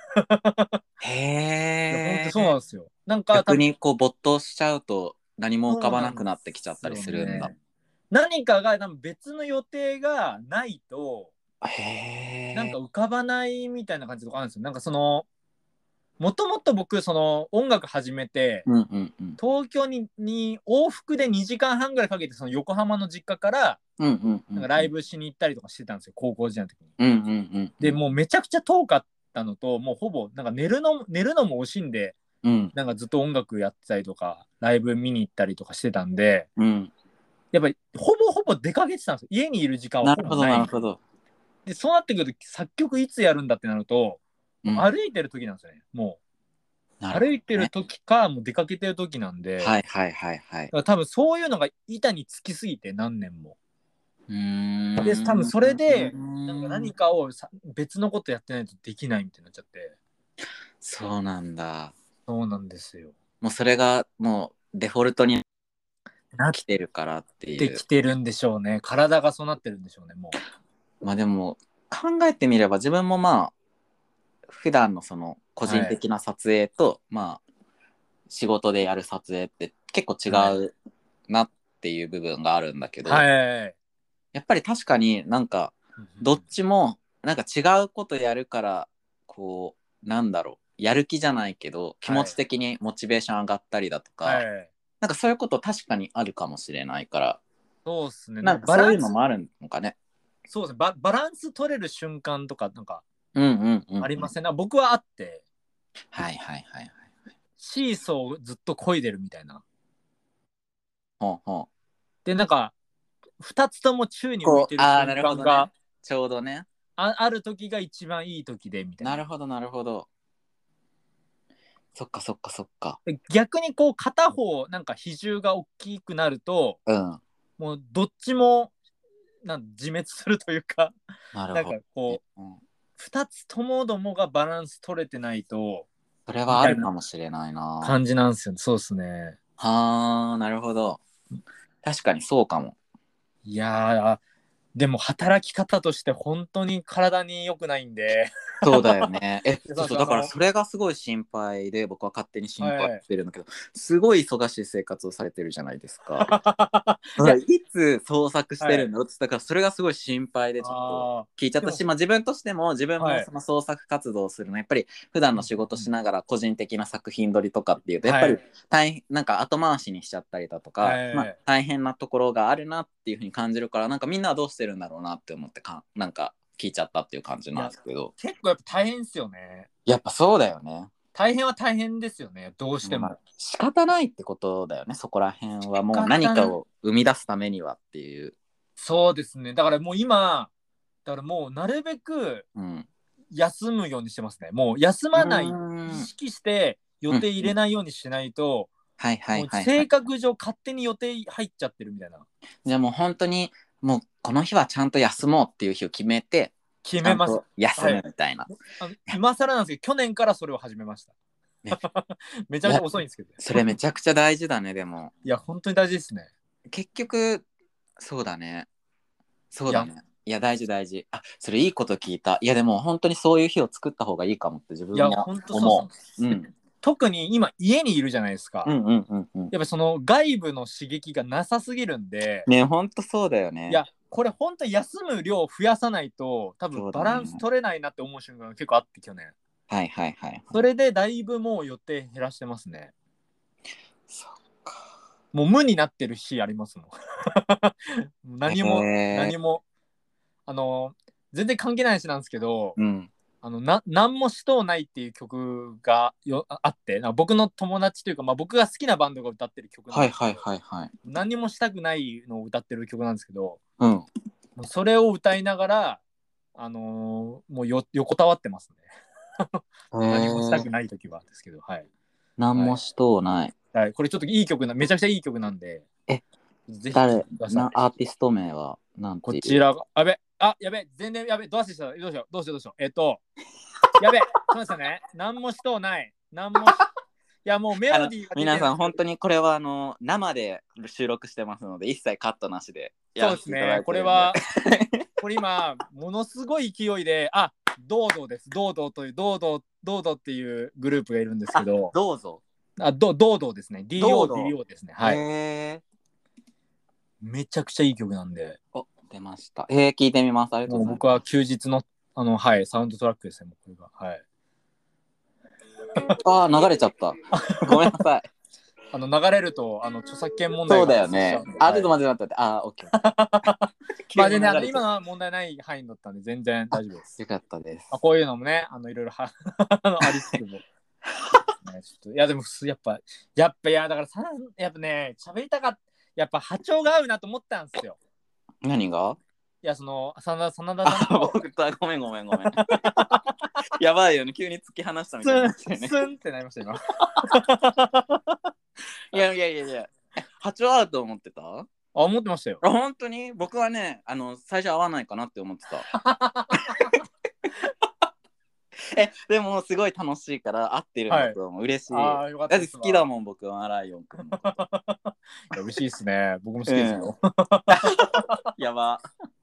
いや本当へえ。 そうなんですよ。なんか多分逆にこう没頭しちゃうと何も浮かばなくなってきちゃったりそうするんだ。 なんですよね。何かが多分別の予定がないとなんかへえ。 浮かばないみたいな感じとかあるんですよ。なんかもともと僕音楽始めてうんうんうん。 東京に往復で2時間半ぐらいかけて横浜の実家からうんうんうん。 なんかライブしに行ったりとかしてたんですよ、高校時代の時に。 うんうんうんうん。 でもうめちゃくちゃ遠かったのと、もうほぼなんか寝るのも惜しんで、 うん。 なんかずっと音楽やってたりとかライブ見に行ったりとかしてたんで、 うん。 やっぱりほぼほぼ出かけてたんですよ。家にいる時間はなるほどほぼない。 なるほど。 でそうなってくると作曲いつやるんだってなると、 うん。 歩いてる時なんですよね。もなるほう歩いてどね。 る時かもう出かけてる時なんで、 はいはいはいはい。 だから多分そういうのが板につきすぎて何年も。 うーで多分それでなんかん。 何かを別のことやってないとできないみたいになっちゃって。 そうなんだ。 そうなんですよ。 もうそれがもうデフォルトになっ来てるからってていう。 きてるんでしょうね。体がそうなってるんでしょうね、もまあでも考えてみれば自分もまあ普段のその個う。はい。 人的な撮影と、まあ仕事でやる撮影って結構違はい。 うなっていう部分があるんだけど、 はい。 やっぱり確かになんかどっちもなんか違うことやるからこうなんだろうやる気じゃないけど気持ちはい。 的にモチベーション上がったりだとか、 はい。 なんかそういうこと確かにあるかもしれないから、 そうっすね。なんかなんかそういうのもあるのかね。 そうですね。バランス取れる瞬間とか、なんかうんうんうん、うん。 ありません、僕はあって、 はいはいはいはい。 シーソーをずっと漕いでるみたいな。 ほうほう。 で、なんか、二つとも宙に浮いこう、 てる瞬ああ、なるほ間がどね。ちょうどね。 ある時が一番いい時で、みたいな。 なるほどなるほど。そっかそっかそっか。 逆にこう、片方、なんか比重が大きくなると、 うん。 もうどっちも、自滅するというか、なんなるほどね。 かこう、 うん。 二つともどもがバランス取れてないと、 それはあるみたいなかもしれないな。 感じなんですよね。そうですね。 はあ、なるほど。確かにそうかも。 いやー、でも働き方として本当に体に良くないんで。 そうだよね。そうそう、 そうそう、 だからそれがすごい心配で、僕は勝手に心配はい。 してるんだけど、すごい忙しい生活をされてるじゃないですか。 いや、 いつ創作してはい。 るのってだからそれがすごい心配でちょっとああ、でも、 聞いちゃったし、まあ、自分としても自分もはい。 その創作活動をするのやっぱり普段の仕事しながら個人的な作品撮りとかっていうとやっぱりはい。 大変なんか後回しにしちゃったりだとか、まあ、 はい。 大変なところがあるなっていうふうに感じるからなんかみんなはどうしてるんだろうなって思ってなんか聞いちゃったっていう感じいや、 なんですけど、 結構やっぱ大変ですよね。 やっぱそうだよね。 大変は大変ですよね。どうしてまあ、 も。 仕方ないってことだよね。そこら辺はもう何か方、 を生み出すためにはっていう。 そうですね。だからもう今、だからもうなるべくうん。 休むようにしてますね。もう休うーまない、意ん。 識して予うん。 定入れないようにしないと、 はいはいもうはいはい。 性格上勝手に予定入っちゃってるみたいな。 じゃあもう本当にもうこの日はちゃんと休もうっていう日を決めてちゃん決めます。 と休はい。 むみたいな。 今更なんですけど、去年からそれを始めました。 ね、 めちゃめちゃいや遅いんですけど。 それめちゃくちゃ大事だね。でもいや、本当に大事ですね。 結局そうだね。そいや、 うだね。いや大事大事。あ、それいいこと聞いた。いやでも本当にそういう日を作った方がいいかもって自いや、 分も本当そうっ思す。 う。うでん。 特に今、家にいるじゃないですか。 うんうんうんうん。 やっぱその外部の刺激がなさすぎるんで、 ね、本当そうだよね。 いや、これ本当に休む量を増やさないと、多分そうだね。 バランス取れないなって思う瞬間が結構あって、去年。 はいはいはいはい。 それでだいぶもう予定減らしてますね。 そっか。 もう無になってる日ありますもん。 へ何え。 も、あの、全然関係ない話なんですけど、 うん。 何もしとうないっていう曲があって、僕の友達というか、まあ、僕が好きなバンドが歌ってる曲なんですけど、 はいはいはいはい。 何もしたくないのを歌ってる曲なんですけど、 うん。 それを歌いながら、もう横たわってますね。 へ何もしたくえ。 ない時はですけど、はい。はい。 何もしとうない。 はい、これちょっといい曲めちゃくちゃいい曲なんで、 え、 ぜひ聴いてください。 アーティスト名はなんこていう。 ちらが、やべ、全然やべ、どうしよう。やべ、ちょっと待ってね。何もしとうない。何もやもうメロディーが皆さん本当にこれは生で収録してますので一切カットなしでやらせていただいてるんで。 これ今ものすごい勢いでドードーです。ドードーっていうグループがいるんですけど、 どうぞ。 ドードーですね。DODO ですね。はい。めちゃくちゃいい曲なんで。 出ました。聞いてみます。ありがとうございます。 僕は休日のはい、サウンドトラックですね。これがはい。 流れちゃった。ごめんなさい。 流れると著作権問題がそうだよね。ちょっと待って。オッケー。 まあでね、今のは問題ない範囲だったんで全然大丈夫です。 よかったです。 こういうのもね、いろいろありつつも。いやでもやっぱいやだからやっぱね喋りたかった。やっぱ波長が合うなと思ったんですよ。 何が？ いや真田さんと僕とごめんやばいよね、急に突き放したみたいな、ね、 スンってなりました今。 いや波長合うと思ってた？ 思ってましたよ。 本当に？僕はね最初合わないかなって思ってた。でもすごい楽しいから合ってるんだと思う、嬉しい。 よかったです。 だって好きだもん僕はライオンくんのこと。 いや嬉しいですね。僕も好きですよ。 やば。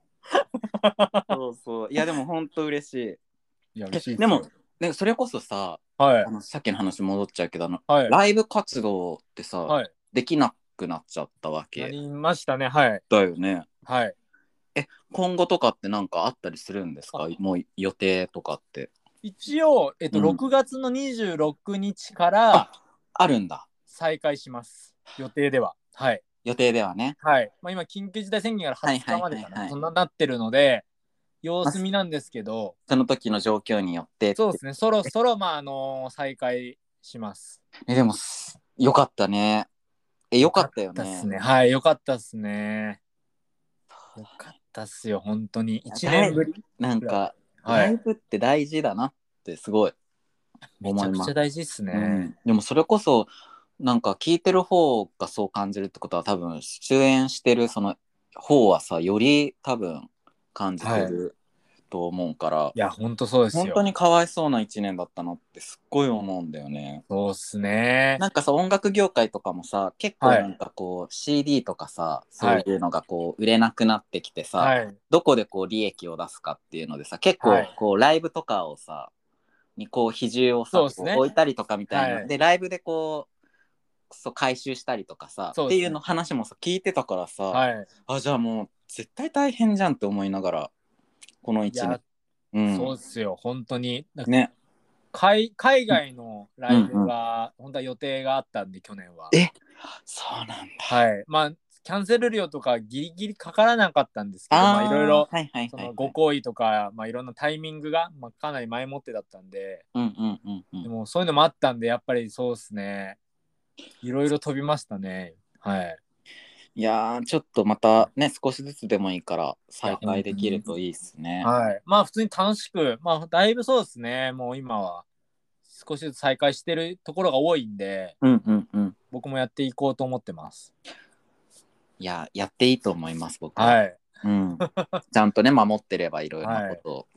そういやでも本当嬉しい。 いや嬉しいでもそれこそさ、さっきの話戻っちゃうけどライブ活動ってさ、できなくなっちゃったわけ。 なりましたね。はい。 だよね。 はい。 今後とかってなんかあったりするんですか？もう予定とかって。 一応、6月の26日からあるんだ。 再開します。予定では。はい。 予定ではね。 はい。まあ、今緊急事態宣言から20日までかな、そんななってるので様子見なんですけど、 その時の状況によってそうですね。そろそろ再開します。 でもよかったね。よかったよね。 はい、よかったっすね。よかったっすよ、本当に。1年ぶり。 なんか、ライブって大事だなってすごい思います。めちゃくちゃ大事っすね。 でもそれこそなんか聞いてる方がそう感じるってことは多分出演してるその方はさより多分感じてると思うから、 いや本当そうですよ。 本当にかわいそうな1年だったなってすっごい思うんだよね。 そうっすね。 なんかさ音楽業界とかもさ結構なんかこう、CD とかさそういうのがこう売れなくなってきてさ、どこでこう利益を出すかっていうのでさ結構こうライブとかをさにこう比重をさ、置いたりとかみたいな、でライブでこう回収したりとかさ、っていうの話もさ聞いてたからさ、じゃあもう絶対大変じゃんって思いながらこの1年。 そうですよ本当にね。 海外のライブが本当は予定があったんで去年は。 そうなんだ。 はい。まあキャンセル料とかギリギリかからなかったんですけど、いろいろご好意とか、いろんなタイミングが、かなり前もってだったんで、でもそういうのもあったんでやっぱりそうですね。いろいろ飛びましたね。はい。 いやちょっとまたね少しずつでもいいから再開できるといいっすね。 はい。まあ普通に楽しく、だいぶそうですね。もう今は少しずつ再開してるところが多いんで、僕もやっていこうと思ってます。 いややっていいと思います僕は。 はい。 ちゃんとね守ってればいろいろなことを。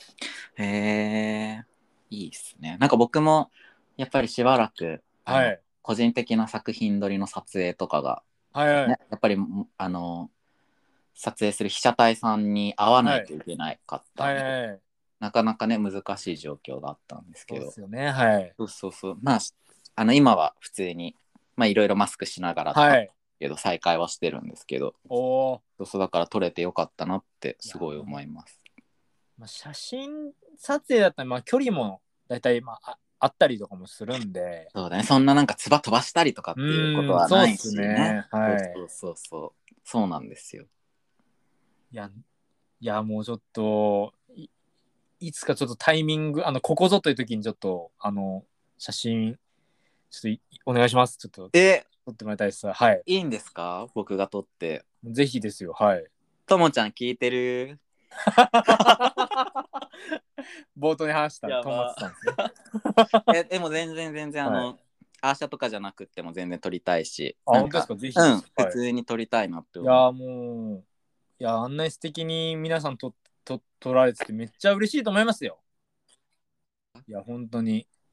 いいっすね。なんか僕もやっぱりしばらく個人的な作品撮りの撮影とかが、やっぱり撮影する被写体さんに会わないといけないかったんで、なかなかね難しい状況だったんですけど。そうですよね。はい。そうまあ今は普通にいろいろマスクしながらとかけど再開はしてるんですけど、そうだから撮れてよかったなってすごい思います。 写真撮影だったら距離もだいたいあったりとかもするんで、 そうだね。そんななんか唾飛ばしたりとかっていうことはないしね。そうなんですよ。 いやもうちょっといつかちょっとタイミングここぞという時にちょっと写真ちょっとお願いします。ちょっと撮ってもらいたいです。はい。 いいんですか？僕が撮って。 ぜひですよ。はい。 ともちゃん聞いてる？ 冒頭に話したトマトさんですね。 でも全然アーシャとかじゃなくても全然撮りたいし。 本当ですか？ぜひ。 普通に撮りたいなって思う。いやもうあんなに素敵に皆さん撮られててめっちゃ嬉しいと思いますよ。いや本当に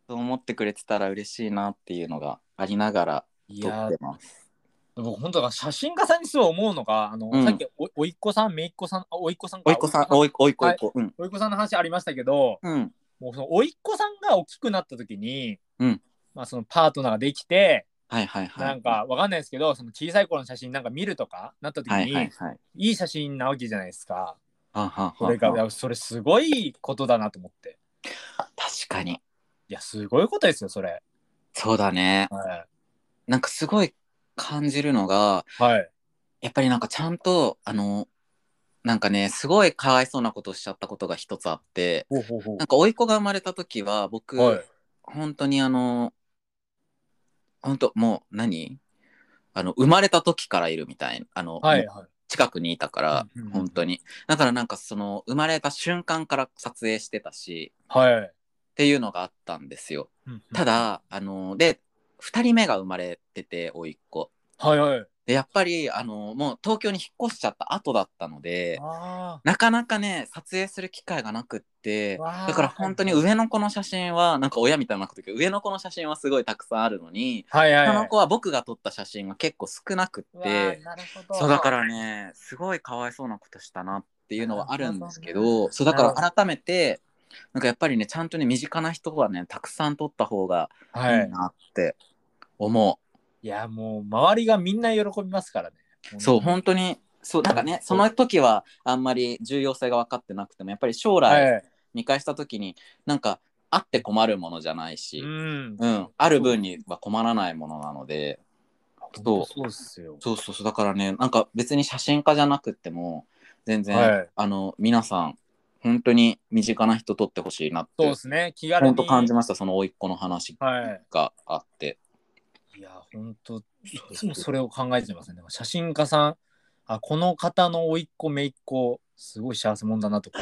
そう思ってくれてたら嬉しいなっていうのがありながら撮ってます。 僕本当は写真家さんにすごい思うのが、さっきおいっ子さん、めいっ子さん、おいっ子さんか、 おいっ子、 はい、おいっ子さんの話ありましたけど、もうそのおいっ子さんが大きくなった時に、まあそのパートナーができて、なんかわかんないですけど、その小さい頃の写真なんか見るとかなった時に、いい写真なわけじゃないですか。それすごいことだなと思って。 確かに。 いや、すごいことですよ、それ。 そうだね。なんかすごい感じるのが、やっぱりなんかちゃんとなんかね、すごいかわいそうなことをしちゃったことが一つあって、なんか甥っ子が生まれた時は僕、本当に本当もう生まれた時からいるみたいな近くにいたから、本当にだからなんかその生まれた瞬間から撮影してたし、っていうのがあったんですよ。ただで2人目が生まれてて甥っ子でやっぱりもう東京に引っ越しちゃった後だったので、なかなかね撮影する機会がなくって、だから本当に上の子の写真はなんか親みたいなこと言うけど、上の子の写真はすごいたくさんあるのに、下の子は僕が撮った写真が結構少なくって、そうだからねすごいかわいそうなことしたなっていうのはあるんですけど、そうだから改めてなんかやっぱりねちゃんとね身近な人はねたくさん撮った方がいいなって思う。 いやもう周りがみんな喜びますからね。 そう本当にそうなんかねその時はあんまり重要性が分かってなくてもやっぱり将来見返した時になんかあって困るものじゃないし、ある分には困らないものなので、 そうっすよ。 そうだからねなんか別に写真家じゃなくっても全然、皆さん本当に身近な人撮ってほしいなってそうですね、気軽に本当感じました。その甥っ子の話があって、 いや本当いつもそれを考えてますね。写真家さん、この方の甥っ子姪っ子すごい幸せ者だなとか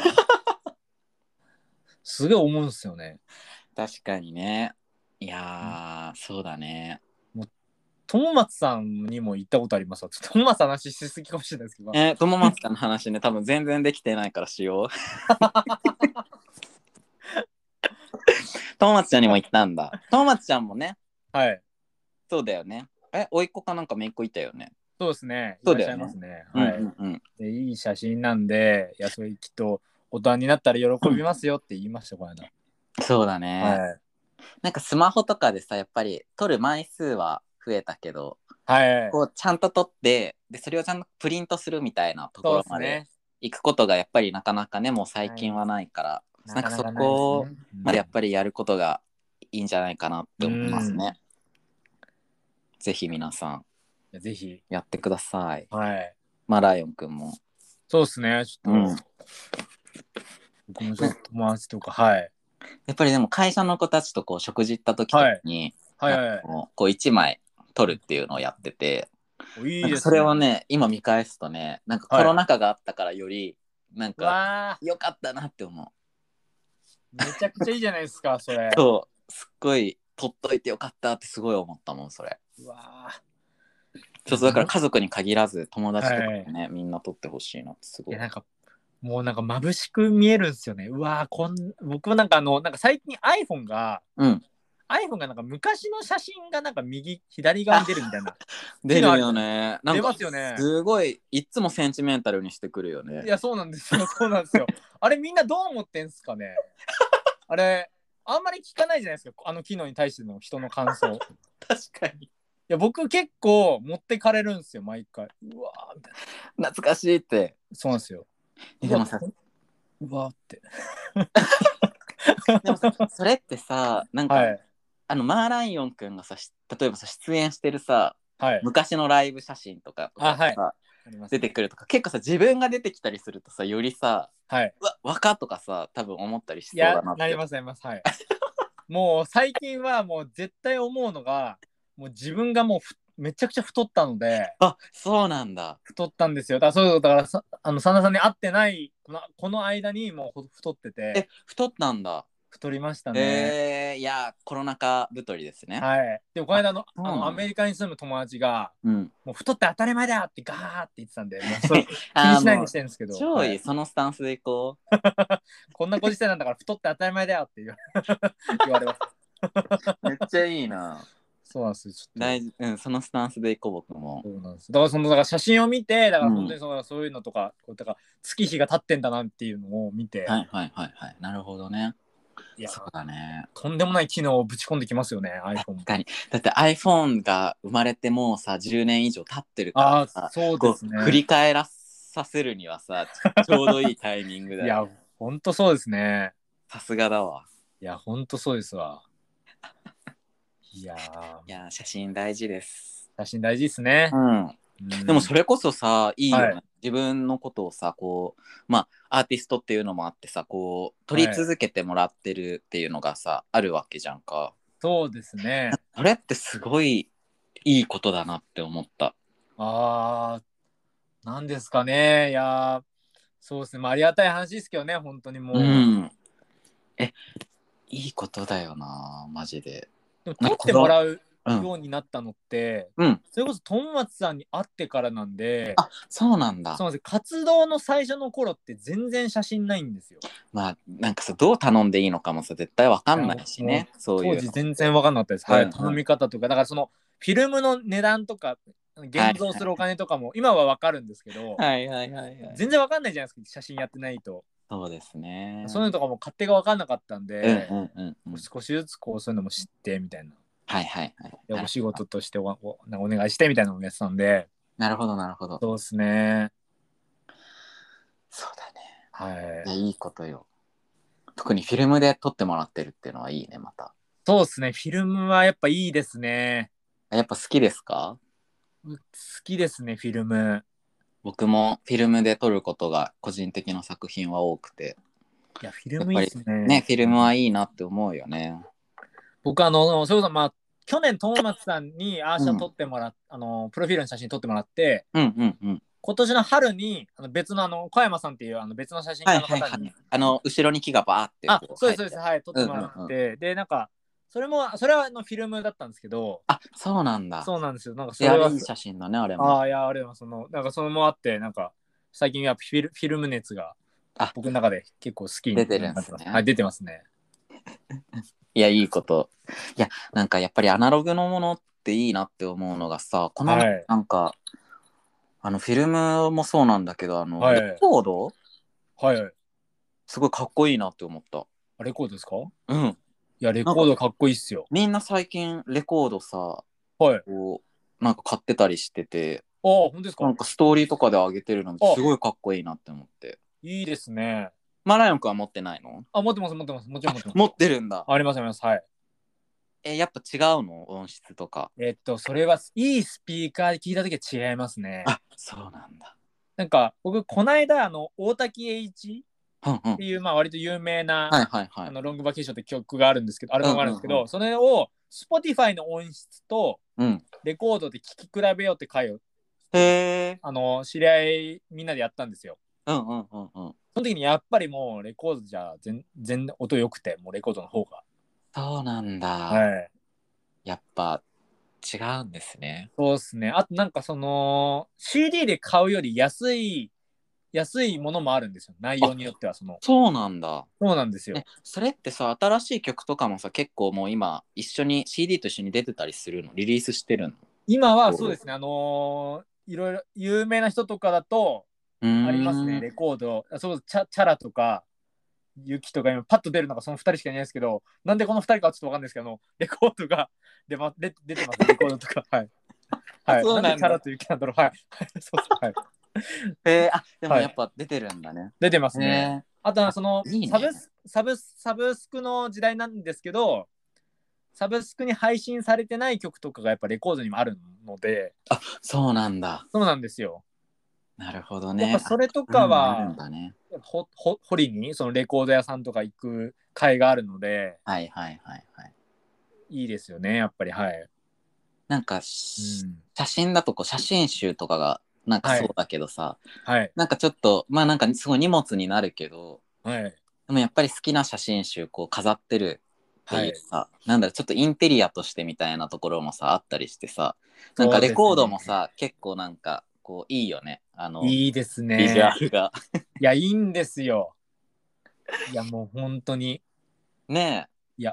すごい思うんですよね。 確かにね。いやそうだね。 友松さんにも行ったことありますわ。友松さんの話しすぎかもしれないですけど。 友松さんの話ね多分全然できてないからしよう。友松ちゃんにも行ったんだ。友松ちゃんもね。そうだよね。甥っ子かなんか姪っ子いたよね。 そうですね。いらっしゃいますね。でいい写真なんで、いやそれきっと大人になったら喜びますよって言いました、この間。 そうだね。なんかスマホとかでさやっぱり撮る枚数は増えたけど、こうちゃんと撮ってでそれをちゃんとプリントするみたいなところまで行くことがやっぱりなかなかねもう最近はないから、なんかそこまでやっぱりやることがいいんじゃないかなって思いますね。ぜひ皆さんぜひやってください。まあライオンくんもそうですね。ちょっと、僕もちょっと友達とかやっぱりでも会社の子たちとこう食事行った時とかに、こう1枚撮るっていうのをやってて、それをね今見返すとねなんかコロナ禍があったからよりなんか良かったなって思う。 めちゃくちゃいいじゃないですかそれ。 そうすっごい撮っといてよかったってすごい思ったもんそれ。そうだから家族に限らず友達とかね、みんな撮ってほしいなってすごい。 なんかもうなんか眩しく見えるんですよね。僕もなんかなんか最近 iPhone がなんか昔の写真がなんか左側に出るみたいな出るよね。 出ますよね。 すごいいつもセンチメンタルにしてくるよね。 いやそうなんですよあれみんなどう思ってんすかね。あれあんまり聞かないじゃないですか、あの機能に対しての人の感想。 確かに。いや僕結構持ってかれるんですよ毎回。うわーみたいな。懐かしいって。 そうなんですよ。 でもさうわーってでもさそれってさなんか、マーライオンくんがさ例えばさ出演してるさ、昔のライブ写真とかさ、出てくるとか結構さ自分が出てきたりするとさよりさ、うわ若とかさ多分思ったりしそうだなって。 なりますもう最近はもう絶対思うのがもう自分がもうめちゃくちゃ太ったので。 そうなんだ。 太ったんですよ。だから真田さんに会ってないこの間にもう太ってて。 太ったんだ。 太りましたね。 いやコロナ禍太りですね。 でもこの間アメリカに住む友達が、もう太って当たり前だってガーって言ってたんで、もうそれ気にしないようにしてるんですけど。 超いい、そのスタンスでいこう。こんなご時世なんだから太って当たり前だよって言われます。 めっちゃいいな。 そうなんですよ。ちょっと大事、そのスタンスでいこう僕も。 そうなんです。だからだから写真を見て、だから本当にうん、 そういうのとか、だから月日が経ってんだなっていうのを見て、 はいはいはいはい。なるほどね。 いやそうだね。 とんでもない機能をぶち込んできますよね、iPhone も。 確かに。だって iPhone が生まれてもうさ、10年以上経ってるからああ、 さ、 そうでこう、振すね。 り返らさせるにはさ、ちょうどいいタイミングいや、 だよね。 本当そうですね。 さすがだわ。 いや、本当そうですわ。いやいや、写真大事です。 写真大事ですね。 うん。 うん。 でもそれこそさ、いいよね。 はい。 自分のことをさ、こう、まあ、アーティストっていうのもあってさ、こう、撮りはい。 続けてもらってるっていうのがさ、あるわけじゃんか。 そうですね。 それってすごいいいことだなって思った。 ああ、なんですかね。いや、そうですね。まあ、ありがたい話ですけどね、本当にうもう。 ん。え、いいことだよな、マジで。 でも、撮ってなんかこの、 もらううん。 ようになったのって、 うん。 それこそ友松さんに会ってからなんで、 あ、そうなんだ。 そうなんです。活動の最初の頃って全然写真ないんですよ。 まあ、なんかさ、どう頼んでいいのかもさ、絶対わかいや、 んないしもうね、そういう当時のって。 全然分かんなかったです。はい。頼うんうん。 み方とか、だからそのフィルムの値段とか、 はい現像するお金とかも今は分かるんですけど、 はいはいはいはい。 全然分かんないじゃないですか、写真やってないと。 そうですね。 そういうのとかも勝手が分かんなかったんで、 うんうんうんうん。 少しずつこうそういうのも知ってみたいな。 はいはいはい。 でお仕事としてなんかお願いしてみたいなのをやってたんで、 なるほどなるほど。 そうですね。 そうだね。 はい。 いや、いいことよ。特にフィルムで撮ってもらってるっていうのはいいね、また。 そうですね。フィルムはやっぱいいですね。 やっぱ好きですか？ 好きですね、フィルム。 僕もフィルムで撮ることが個人的な作品は多くて、 いや、フィルやっぱりムいいっすね、 ね。 フィルムはいいなって思うよね。 僕それこそ去年友松さんにアーシャうん。 撮ってもらっプロフィールの写真撮ってもらって、 うんうんうん。 今年の春に別の小山さんっていう別の写真はい家のはいはい。 方に、 後ろに木がバーってこうそうですそうです、 生えて。 はい、撮ってもらうんうん。 って、でなんかそれはフィルムだったんですけど、 あ、そうなんだ。 そうなんですよ。なんかいや、 それはあれいい写真だね、あれも。 いやあれはなんかそれもあって、なんか最近はフィルム熱があ、 僕の中で結構好きに出てるんなってます。はすね。 い、出てますね。 いや、いいこと。いや、なんかやっぱりアナログのものっていいなって思うのがさ、この前はいなんか、フィルムもそうなんだけど、レはいコードはいはい。 すごいかっこいいなって思った。 レコードですか？ うん。 いやレなんか、 コードかっこいいっすよ。 みんな最近レコードさ、 はい。 こなんか買ってたりしてて、 本当ですか？ なんかストーリーとかで上げてるのすごいかっこいいなって思って。 いいですね。 マライオンくんは持ってないの？ 持ってます、持ってます。もちろん持ってます。 持ってるんだ。 あります、あります。はい。 やっぱ違うの音質とか。 それはいいスピーカーで聞いたときは違いますね。 あ、そうなんだ。 なんか、僕、こないだ、大滝栄一うんうん。 っていう、割と有名な、 はいはいはい。 ロングバケーションって曲があるんですけど、アルうんバムがあるんですけど、 うんうん。 それを、Spotify の音質とうん。 レコードで聴き比べようって会を、 へえ。 知り合いみんなでやったんですよ。 うんうんうんうん。 その時にやっぱりもうレコードじゃ全然音良くて、もうレコードの方が。 そうなんだ。 はい。 やっぱ違うんですね。 そうですね。あとなんかCD で買うより安いものもあるんですよ。内容によってはそうなんだ。 そうなんですよ。 それってさ、新しい曲とかもさ、結構もう今、一緒に CD と一緒に出てたりするの？リリースしてるの？ 今はそうですね。いろいろ有名な人とかだとうーありますね。 ん。 レコード。チャラとか、ユキとか今パッと出るのがその2人しかいないですけど、なんでこの2人かはちょっとわかんないですけど、レコードが出てます。レコードとか。はい。 あ、 はい。なんでそうなんだ。 チャラとユキなんだろう。はい。そうそう。はい。 でもはい。 やっぱ出てるんだね。 出てますね。 へえ。 あとはいいね。 サブスクの時代なんですけど、サブスクに配信されてない曲とかがやっぱレコードにもあるので、 あ、そうなんだ。 そうなんですよ。 なるほどやっぱね。 それとそういうのもあるんかは、 だね。 掘りにそのレコード屋さんとか行く会があるので、 はいはいはいはい。 いいですよね、やっぱり。はい。 なんかうん。 写真だとこう写真集とかがなんかはい。 そうだけどさ、 はい。 なんかちょっとまあなんかすごい荷物になるけど、 はい。 でもやっぱり好きな写真集こう飾ってるってはい。 いうさ、なんだろう、ちょっとインテリアとしてみたいなところもさあったりしてさ、なんかそうですレコードもね。 さ結構なんかこういいよね、 いいですビジュアね。 ルが。 いや、いいんですよ。いや、もう本当に。 ねいや、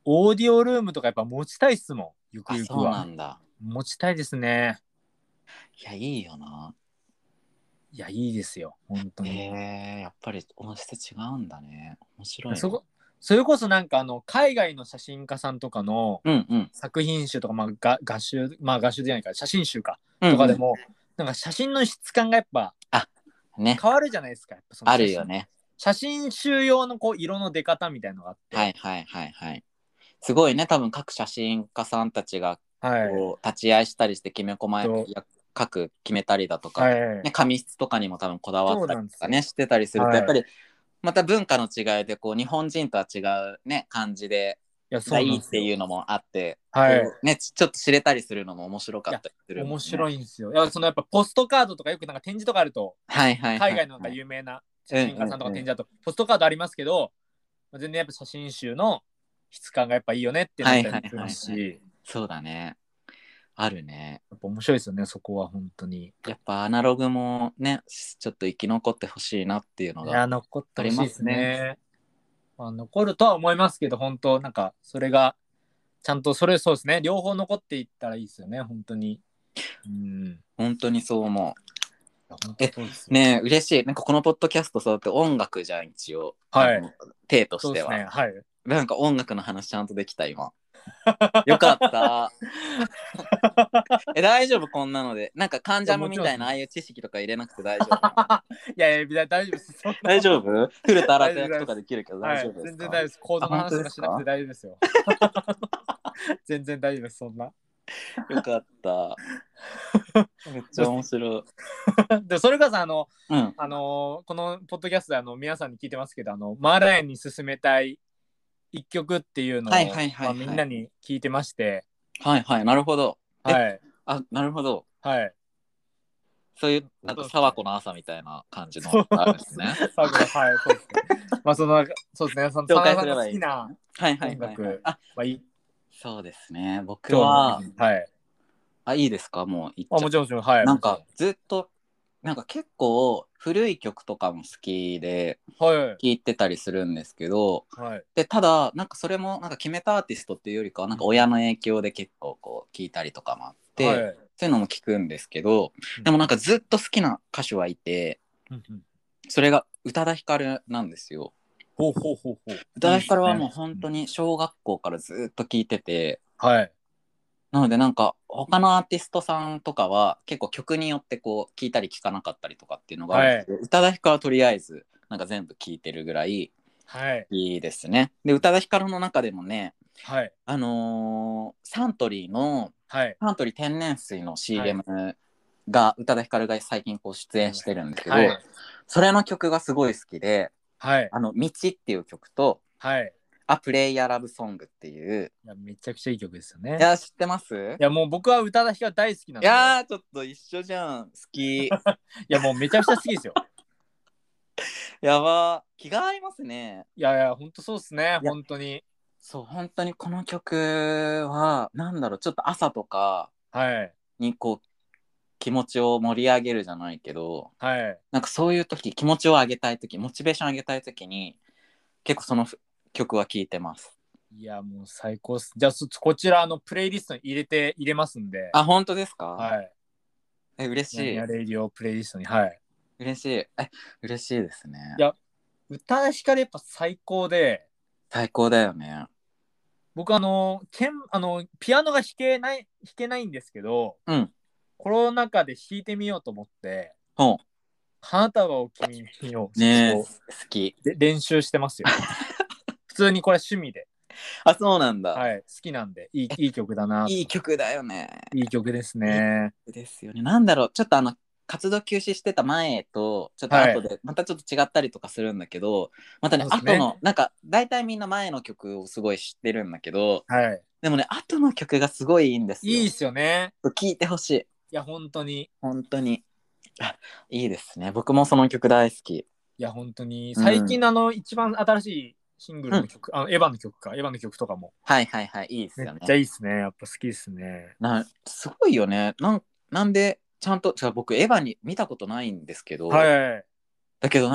オーディオルームとかやっぱ持ちたいっすもん、ゆくゆくは。 そうなんだ。 持ちたいですね。 いや、いいよな。 いや、いいですよ、本当に。 やっぱり音質違うんだね。面白いな。 それこそなんか海外の写真家さんとかのうんうん。 作品集とか、画集、画集じゃないか、写真集か、 うんうんとかでも、なんか写真の質感がやっぱね。 変わるじゃないですか。やっぱそのあるよね。 写真集用のこう色の出方みたいのがあって。 はいはいはいはい。すごいね、多分各写真家さんたちがはい。 こう立ち会いしたりしてきめ細や各決めたりだとか、 はいね、紙質とかにも多分こだわったりとかね、 そうなんですよしてたりすると、 はいやっぱりまた文化の違いでこう日本人とは違うね感じでいや、そがいいっうなんですよ。 ていうのもあって、 はいこうね、ちょっと知れたりするのも面白かったりするもんね。 面白いんですよ。いや、そのやっぱポストカードとかよくなんか展示とかあると、 はいはいはい、 海外のなんか有名な写真家さんとか展示だと、ポストカードありますけど、全然やっぱ写真集の質感がやっぱいいよねってなったりしますし、 そうだね。あるね。 やっぱ面白いですよね、そこは本当に。 やっぱアナログもね、ちょっと生き残ってほしいなっていうのがいや、残ってありほしいですますね。 ね。残るとは思いますけど、本当なんかそれがちゃんとそうですね、両方残っていったらいいですよね、本当に。 本当にそう思う。 本当そうですよねえ、嬉しい。なんかこのポッドキャストそうやって音楽じゃん、一応。 はい。 体としては。 そうですね、はい。 なんか音楽の話ちゃんとできた、今。よかった。大丈夫こんなので。なんか関ジャムみたいなああいう知識とか入れなくて大丈夫。 いやいや、大丈夫です。 大丈夫古田新手役とかできるけど大丈夫ですか？ 全然大丈夫です。構造の話とかしなくて大丈夫ですよ。全然大丈夫です、そんな。 よかった。めっちゃ面白い。 でそれこそこのポッドキャストで皆さんに聞いてますけど、マーライオンに勧めたい一曲っていうのをみんなに聞いてまして。 はいはい、なるほど。 はい。 なるほど。 はい。 そういうなんか沢子の朝みたいな感じのあるんですね。 沢子のはい、そうですね。そうですね。その紹介すればいい。 好きな音楽。 そうですね。僕ははい。 いいですか？もう言っちゃもちろんはい。 なんかずっとなんか結構古い曲とかも好きで聴いてたりするんですけど、 はい、 でただなんかそれもなんか決めたアーティストっていうよりかはなんか親の影響で結構こう聴いたりとかもあって、はい、そういうのも聞くんですけど、でもなんかずっと好きな歌手はいて、それが宇多田ヒカルなんですよ。宇多田ヒカルはもう本当に小学校からずっと聴いてて、はい、なのでなんか他のアーティストさんとかは結構曲によってこう聴いたり聴かなかったりとかっていうのがあるんですけど、宇多田ヒカルはとりあえずなんか全部聴いてるぐらいいいですね。で宇多田ヒカルの中でもね、はい、サントリーの、サントリー天然水の CM が宇多田ヒカルが最近こう出演してるんですけど、それの曲がすごい好きで、道っていう曲と、プレイヤーラブソングっていう。 いやめちゃくちゃいい曲ですよね。 いや知ってます？ いやもう僕は宇多田ヒカル大好きなんで。 いやちょっと一緒じゃん。好き。いやもうめちゃくちゃ好きですよ。 やば気が合いますね。 いや本当そうですね。本当にそう本当にこの曲はなんだろう、ちょっと朝とかにこう気持ちを盛り上げるじゃないけど、なんかそういう時気持ちを上げたい時、モチベーション上げたい時に結構その曲は聴いてます。 いやもう最高っす。じゃあこちらプレイリストに入れますんで。 本当ですか？ はい。 嬉しい。 ニャニャレイディオプレイリストに。はい。 嬉しい。嬉しいですね。 いや宇多田ヒカルやっぱ最高で。 最高だよね。 僕ピアノが弾けないんですけど、コロナ禍で弾いてみようと思って、花束を君にを好きで練習してますよ。普通にこれ趣味で。 そうなんだ。 はい、好きなんでいい曲だな。 いい曲だよね。 いい曲ですね。 いいですよね。なんだろう、ちょっと活動休止してた前とちょっと後でまたちょっと違ったりとかするんだけど、またね後のなんか大体みんな前の曲をすごい知ってるんだけど、でもね後の曲がすごいいいんですよ。 いいですよね。 聴いてほしい。いや本当にいいですね。僕もその曲大好き。いや本当に最近一番新しいシングルの曲、エヴァの曲とかもいいですよね。 めっちゃいいですね。やっぱ好きですね。 すごいよね。なんでちゃんと僕エヴァに見たことないんですけど、だけどなんか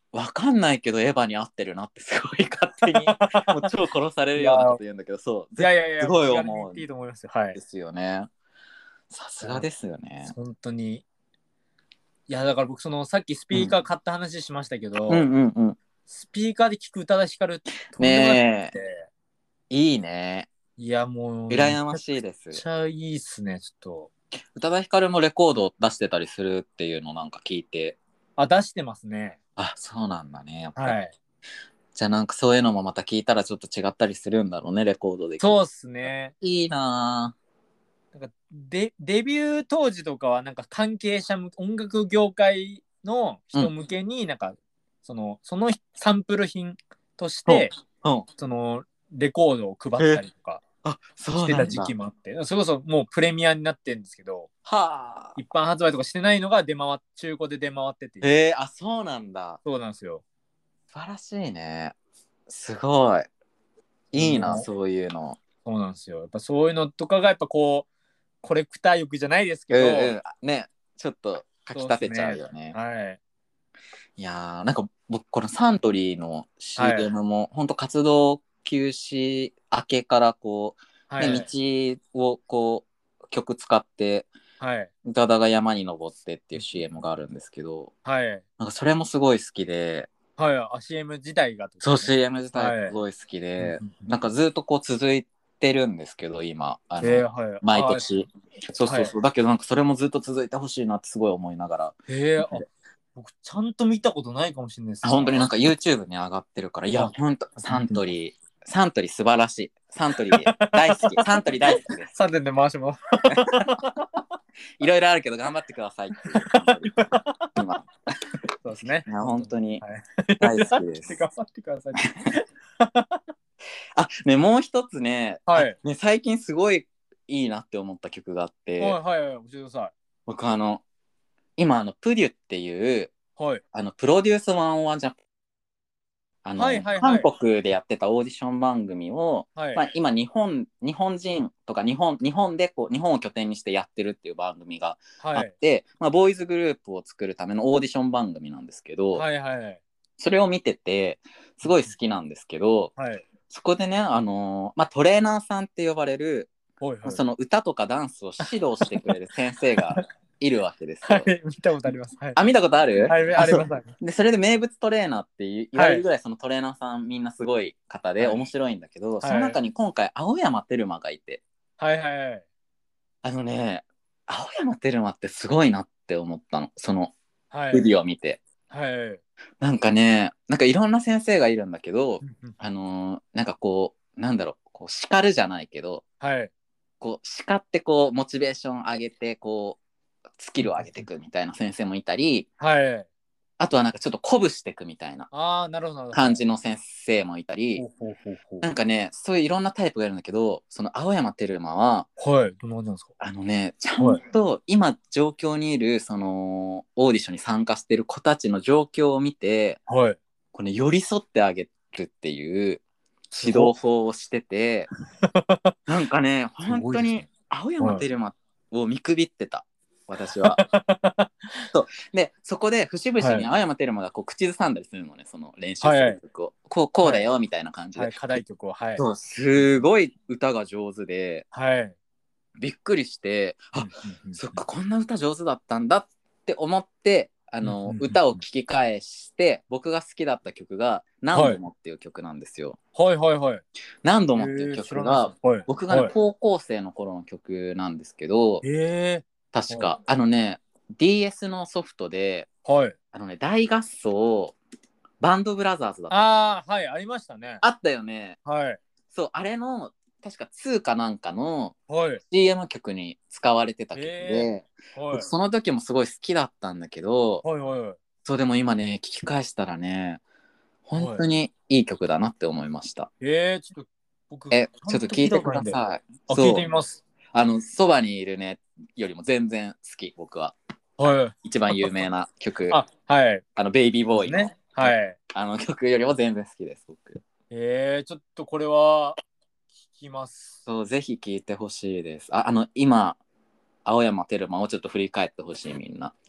わかんないけどエヴァに合ってるなってすごい勝手にもう超殺されるようなこと言うんだけど、そういやいやいや、 すごい気軽に言思うんっていいと思いますよ。はい。 ですよね。さすがですよね。 本当に。いや、だから僕、さっきスピーカー買った話しましたけど、 うんうんうん。 スピーカーで聞く宇多田ヒカル、とんでもなくねて、 え、いいね。 いや、もう、 羨ましいでめす。 っちゃいいっすね、ちょっと。 宇多田ヒカルもレコードを出してたりするっていうのなんか聞いて。 あ、出してますね。 あ、そうなんだね、やっぱり。 はい。 じゃあなんかそういうのもまた聞いたらちょっと違ったりするんだろうね、レコードで聞いて。 そうっすね。 いいななんかデビュー当時とかは、なんか関係者音楽業界の人向けに、なんか、そのサンプル品としぁ。 て、 うん。 そのレコードを配ったりとかあ、そうなんだ。 してた時期もあって、それこそもうプレミアになってるんですけど、 はあ。 一般発売とかしてないのが中古で出回ってて、 あ、そうなんだ。 そうなんですよ。 素晴らしいね。すごい。いいな、 もうそういうの。 そうなんですよ。やっぱそういうのとかがやっぱこうコレクター欲じゃないですけうんど、 うん。ね、ちょっとかきそうですたてちゃうね。 よね。 はい。 いやー、なんか僕、このサントリーのはい。 CM も、本当活動休止明けからこう、ね、 はい。 道をこう、曲使って、 はい。 宇多田が山に登ってっていう CM があるんですけど、 はい。 なんかそれもすごい好きで、 はい。CM 自体がってことそう、 ですね。 CM 自体はい。 がすごい好きで、 うんうんうん。 なんかずっとこう続いてるんですけど、今、 はい。 毎年。そうはい。 そうそう。だけどなんかそれもずっと続いてほしいなってすごい思いながら。 僕ちゃんと見たことないかもしれないですわ。 本当になんか YouTube に上がってるから、いや、 あ、 本当見てみよサントリー素晴らしい。サントリー大好き。サントリー大好きでう。 す。 3点で回します。 いろいろあるけど頑張ってくださいっていう感じで今、 そうですね。 いや、本当にはい。 大好きです。 頑張ってください。 あ、ね、もう一つね、 はい。 ね、最近すごいいいなって思った曲があって、 はいはいはい。教えてくださ僕今プデュっていうい。はい。 プロデュース101ジャパン、 はいはいは韓い。 国でやってたオーディション番組を、 はい。 まあ、今日本人とか日本でこう日本を拠点にしてやってるっていう番組があはい。 って、まあ、ボーイズグループを作るためのオーディション番組なんですけど、 はいはいはい。 それを見ててすごい好きなんですけど、 はい。 そこでね、まあ、トレーナーさんって呼ばれる、 はいはい。 その歌とかダンスを指導してくれる先生がいるわけですよ。 はい。見たことあります。はい。 あ、見たことある？ はい。ああ、そう。 ります。あります。 で、それで名物トレーナーって言わはい。 れるぐらい、そのトレーナーさんみんなすごい方ではい。 面白いんだけど、そのはい。 中に今回、青山テルマがいて、 はいはいはい。 あのね、青山テルマってすごいなって思ったの、そのはい。 ビデオを見て。 はい。 なんかね、なんかいろんな先生がいるんだけど、 うんうんなんかこう、なんだろう、こう叱るじゃないけど、 はい。 こう叱ってこうモチベーション上げてこうスキルを上げていくみたいな先生もいたり、 はい。 あとはなんかちょっと鼓舞していくみたいなああ、なるほど、なるほど。はい。 感じの先生もいたり、 ほうほうほうほなんかね、そういういろんなタイプがいるんだけど、その青山テルマはう。はい。どんな感じなんですか？ ちゃんはい。 と今状況にいるそのオーディションに参加してる子たちの状況を見て、 はい。 これ寄り添ってあげるっていう指すごっ。 導法をしてて、なんかね、 す本当にごいですね。 青山はい。 テルマを見くびってた、私は。そうで、そこで節々 はい。 に青山テルマがこう口ずさんだりするのね、その練習すはい。 る曲を。こうはい。 だよみたいな感じで。 はい。課題曲を。はい。 そう、すごい歌が上手で、 はい。 びっくりして、あ、 うんうんそっか、こんな歌上手だったんだって思って、 うんうんうんうん。 歌を聴き返して、僕が好きだった曲が、何はい。 度もっていう曲なんですよ。 はいはいはい。 何度もっていう知らないですね。 曲が、 はい。 僕がね、 はい。 高校生の頃の曲なんですけど、 えはい。 確か、DS のソフトで、 はい。 大合奏、バンドブラザーズだったかああ、はい。ありましたね。 あったよね。 はい。 そう、あれの、確か2かなんかのはい。 CM 曲に使われてた曲えで、僕はい。 その時もすごい好きだったんだけど、 はいはいはい。 そうでも今ね、聞き返したらね、本はい。 当にいい曲だなって思いました。 ちょっと僕、ちちょっとゃんと聞い聞いてくたことないんで。 ださい。 あ、聞いてそう。 みます。 そばにいるねよりも全然好き、僕は。 はい。 一番有名な曲、 あ、はい。 ベイビーボーイの、 ですね。はい。 曲よりも全然好きです、僕。 ちょっとこれは聞きます。 そう、ぜひ聞いてほしいです。今、青山テルマをちょっと振り返ってほしい、みんな。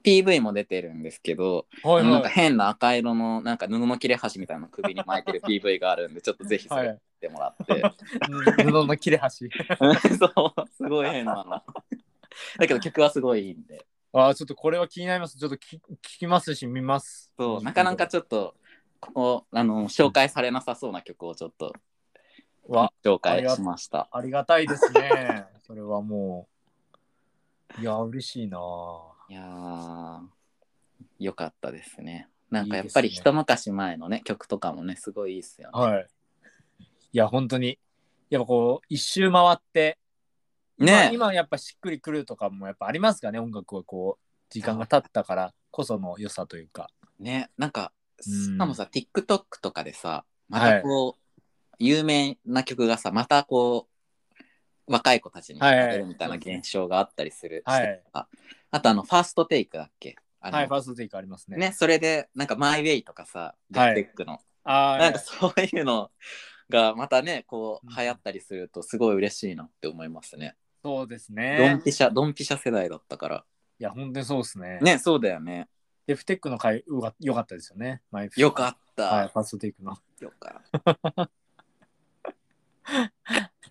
PV も出てるんですけど、 はいはい、 なんか変な赤色のなんか布の切れ端みたいなの首に巻いてる PV があるんで、ちょっとぜひそれ見てもらって。 布の切れ端。 そう、すごい変なの。だけど曲はすごいいいんで。 ちょっとこれは気になります。ちょっと聞きますし見ます。 そう、なかなかちょっとここ紹介されなさそうな曲をちょっと紹介しました。 ありがたいですね。それはもう、いや嬉しいな。 いやよかったですね。なんかやっぱり一昔前のね曲とかもねすごいいいっすよね。 はい。いや本当にやっぱこう一周回ってね、 今やっぱしっくりくるとかもやっぱありますかね。音楽はこう時間が経ったからこその良さというかね。なんかしかもさ TikTok とかでさまたこう、有名な曲がさまたこう若い子たちに聴かれるみたいな現象があったりする、あとファーストテイクだっけ、 ファーストテイクありますね。 それでなんかマイウェイとかさデフテックの、なんかそういうのがまたねこう流行ったりするとすごい嬉しいなって思いますね。 そうですね。 ドンピシャ世代だったから。 いや本当にそうですね。 ね、そうだよね。 デフテックの回よかったですよね。 よかった。 ファーストテイクの。 よかった。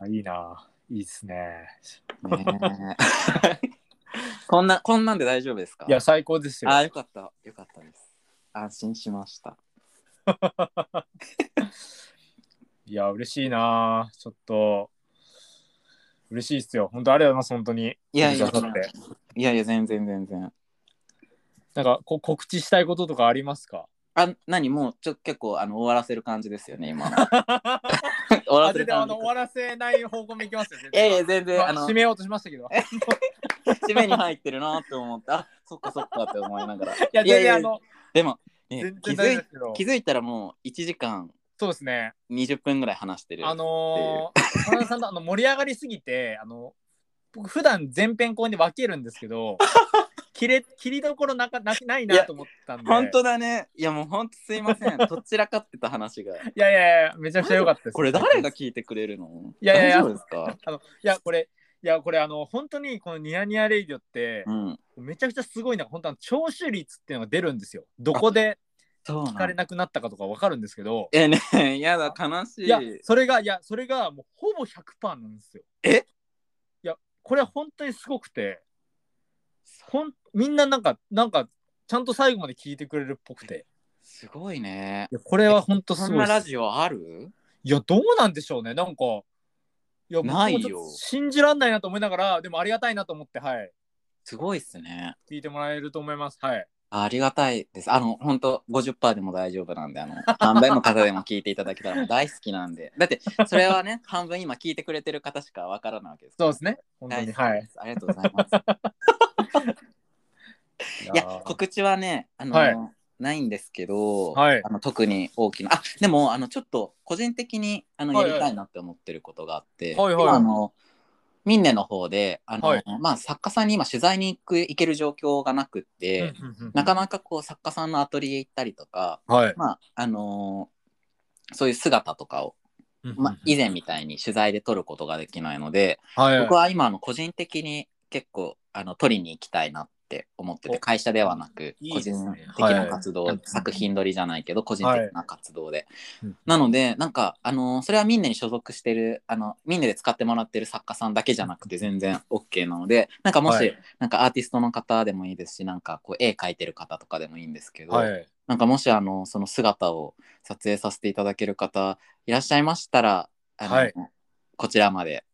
いいな。いいですね。 こんなんで大丈夫ですか？ いや最高ですよ。 よかったです。安心しました。 いや嬉しいな。ちょっと嬉しいっすよ。本当ありがとうございます。本当に。 いや全然。 なんか告知したいこととかありますか？ もう結構終わらせる感じですよね今の。 終わらせない方向に行きますよ。 全然締めようとしましたけど。 締めに入ってるなって思ってそっかって思いながら。いや全然でも、ね、気づいたらもう1時間そうですね 20分ぐらい話してるっていう。 田中さんの盛り上がりすぎて僕普段前編後編で分けるんですけど切りどころないなと思ったんで。 本当だね。いやもう本当すいません。どちらかってた話が。 いやめちゃくちゃ良かったです。 これ誰が聞いてくれるの？ 大丈夫ですか？ これ本当にこのニヤニヤレイディオって、めちゃくちゃすごいな。本当聴取率っていうのが出るんですよ。どこで聞かれなくなったかとか分かるんですけど。 やだ悲しい。 それがもうほぼ 100% なんですよ。いやこれは本当にすごくて。みんななんかちゃんと最後まで聞いてくれるっぽくてすごいね。 これは本当すごい。 そんなラジオある？ いやどうなんでしょうね。なんかいやないよ。 信じらんないなと思いながらでもありがたいなと思ってすごいっすね。 聞いてもらえると思います。 ありがたいです。本当 50% でも大丈夫なんで半分の方でも聞いていただけたら大好きなんで。だってそれはね半分今聞いてくれてる方しかわからないわけです。 そうですね。本当にありがとうございます。いや告知はねないんですけど、特に大きなでもちょっと個人的にやりたいなって思ってることがあって、ミンネの方で作家さんに今取材に行ける状況がなくって、なかなかこう作家さんのアトリエ行ったりとか、そういう姿とかを以前みたいに取材で撮ることができないので、僕は今個人的に結構撮りに行きたいなって思ってて、会社ではなく個人的な活動、作品撮りじゃないけど個人的な活動で、なのでなんかそれはミンネに所属してるミンネで使ってもらってる作家さんだけじゃなくて全然 OK なので、なんかもし、なんかアーティストの方でもいいですし、なんかこう絵描いてる方とかでもいいんですけど、なんかもしその姿を撮影させていただける方いらっしゃいましたらこちらまで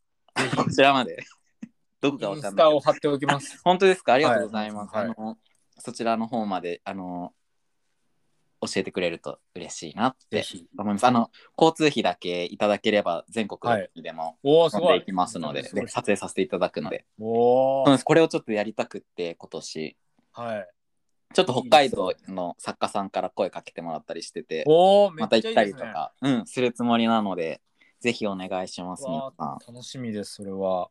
どこかわかんない。インスタを貼っておきます。本当ですか？ありがとうございます。そちらの方まで教えてくれると嬉しいなって思います。交通費だけいただければ全国にでも飛んでいきますので、撮影させていただくので、これをちょっとやりたくって今年、ちょっと北海道の作家さんから声かけてもらったりしてて、また行ったりとかするつもりなので、ぜひお願いします。皆さん楽しみです。それは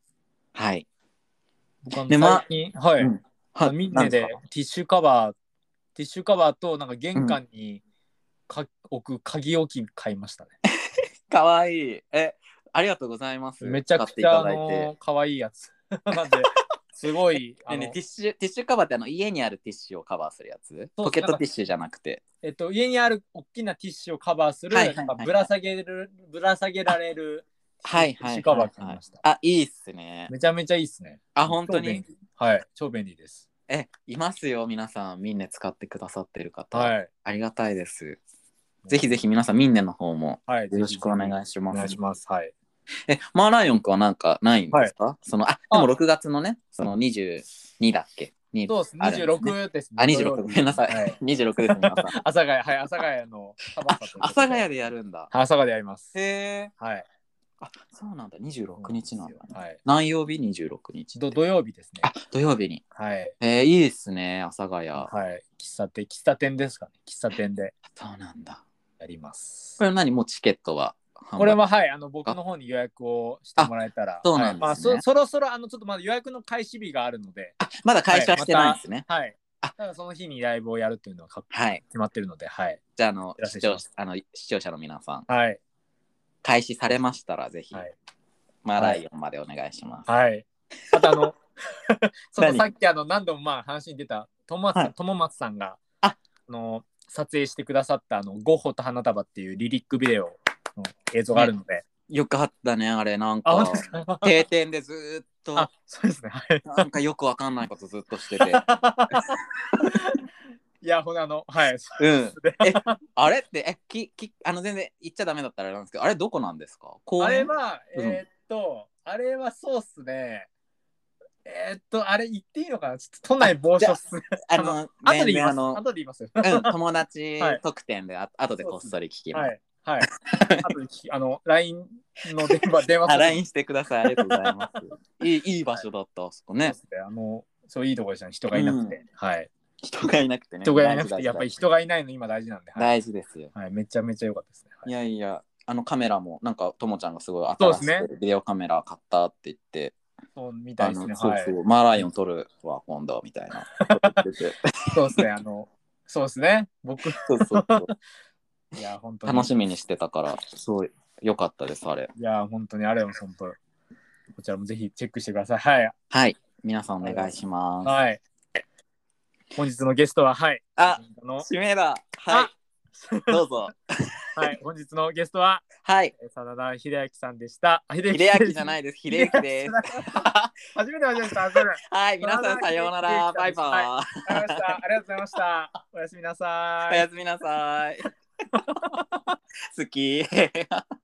で最近ミンネでティッシュカバーとなんか玄関に置く鍵置き買いましたね。かわいい。ありがとうございます。めちゃくちゃかわいいやつなんですごいティッシュカバーって家にあるティッシュをカバーするやつ？ポケットティッシュじゃなくて。 家にある大きなティッシュをカバーする、ぶら下げられるティッシュカバーがありました。 あ、いいっすね。 めちゃめちゃいいっすね。 あ、本当に？ はい、超便利です。 いますよ、皆さん。ミンネ使ってくださってる方。 はい。 ありがたいです。ぜひぜひ皆さん、ミンネの方もよろしくお願いします。 お願いします。はい。 マーライオンくんはなんかないんですか？でも6月のね、その22だっけ？ そうです、26ですね。 26、ごめんなさい。26です、皆さん。 阿佐ヶ谷の阿佐ヶ谷でやるんだ。 阿佐ヶ谷でやります。 へえ。 はい。 あ、そうなんだ。26日なんだね。 はい。 何曜日？26日。 土曜日ですね。 あ、土曜日に。 はい。 いいですね、阿佐ヶ谷。 はい。喫茶店ですかね。喫茶店で。 そうなんだ。 やります。 これ何？もうチケットは？ これははい、僕の方に予約をしてもらえたら。 そうなんですね。 そろそろちょっとまだ予約の開始日があるので。 まだ開始はしてないんですね。 はい。ただその日にライブをやるっていうのは決まってるので、はい。 じゃあ視聴者の皆さん、 はい。 開始されましたらぜひ、マーライオンまでお願いします。 はい。あとさっき何度も話に出た友松さんが撮影してくださったゴッホと花束っていうリリックビデオの映像があるので、 よかったね、あれ。なんか定点でずっとそうですね、はい、 なんかよくわかんないことずっとしてていや、はい、 あれって全然言っちゃダメだったらあれなんですけど、あれどこなんですか？ あれはあれはそうっすね。あれ言っていいのかな？ちょっと都内某所っす。後で言います。 友達特典で後でこっそり聞きます。 はい。LINE の電話 LINE してください。ありがとうございます。いい場所だった、そこね。 そういいところでしたね。人がいなくて。はい。 人がいなくてね。 やっぱり人がいないの今大事なんで。 大事ですよ。 はい。めちゃめちゃ良かったですね。 いやいや、カメラもなんかともちゃんがすごい新しいビデオカメラ買ったって言って。 そうみたいですね。 そうマーライオン撮るわ今度みたいな。 そうですね。そうですね。僕。いや本当に楽しみにしてたからすごい良かったです。あれ。 いや本当にあれは本当こちらもぜひチェックしてください。はい。 はい。皆さんお願いします。 はい。本日のゲストは指名だ。はい。どうぞ。 はい、本日のゲストは、 はい、 真田秀明さんでした。 秀明じゃないです。秀之です。 初めてました。 はい、皆さんさようなら。バイバイ。ありがとうございました。おやすみなさい。 おやすみなさい。好き。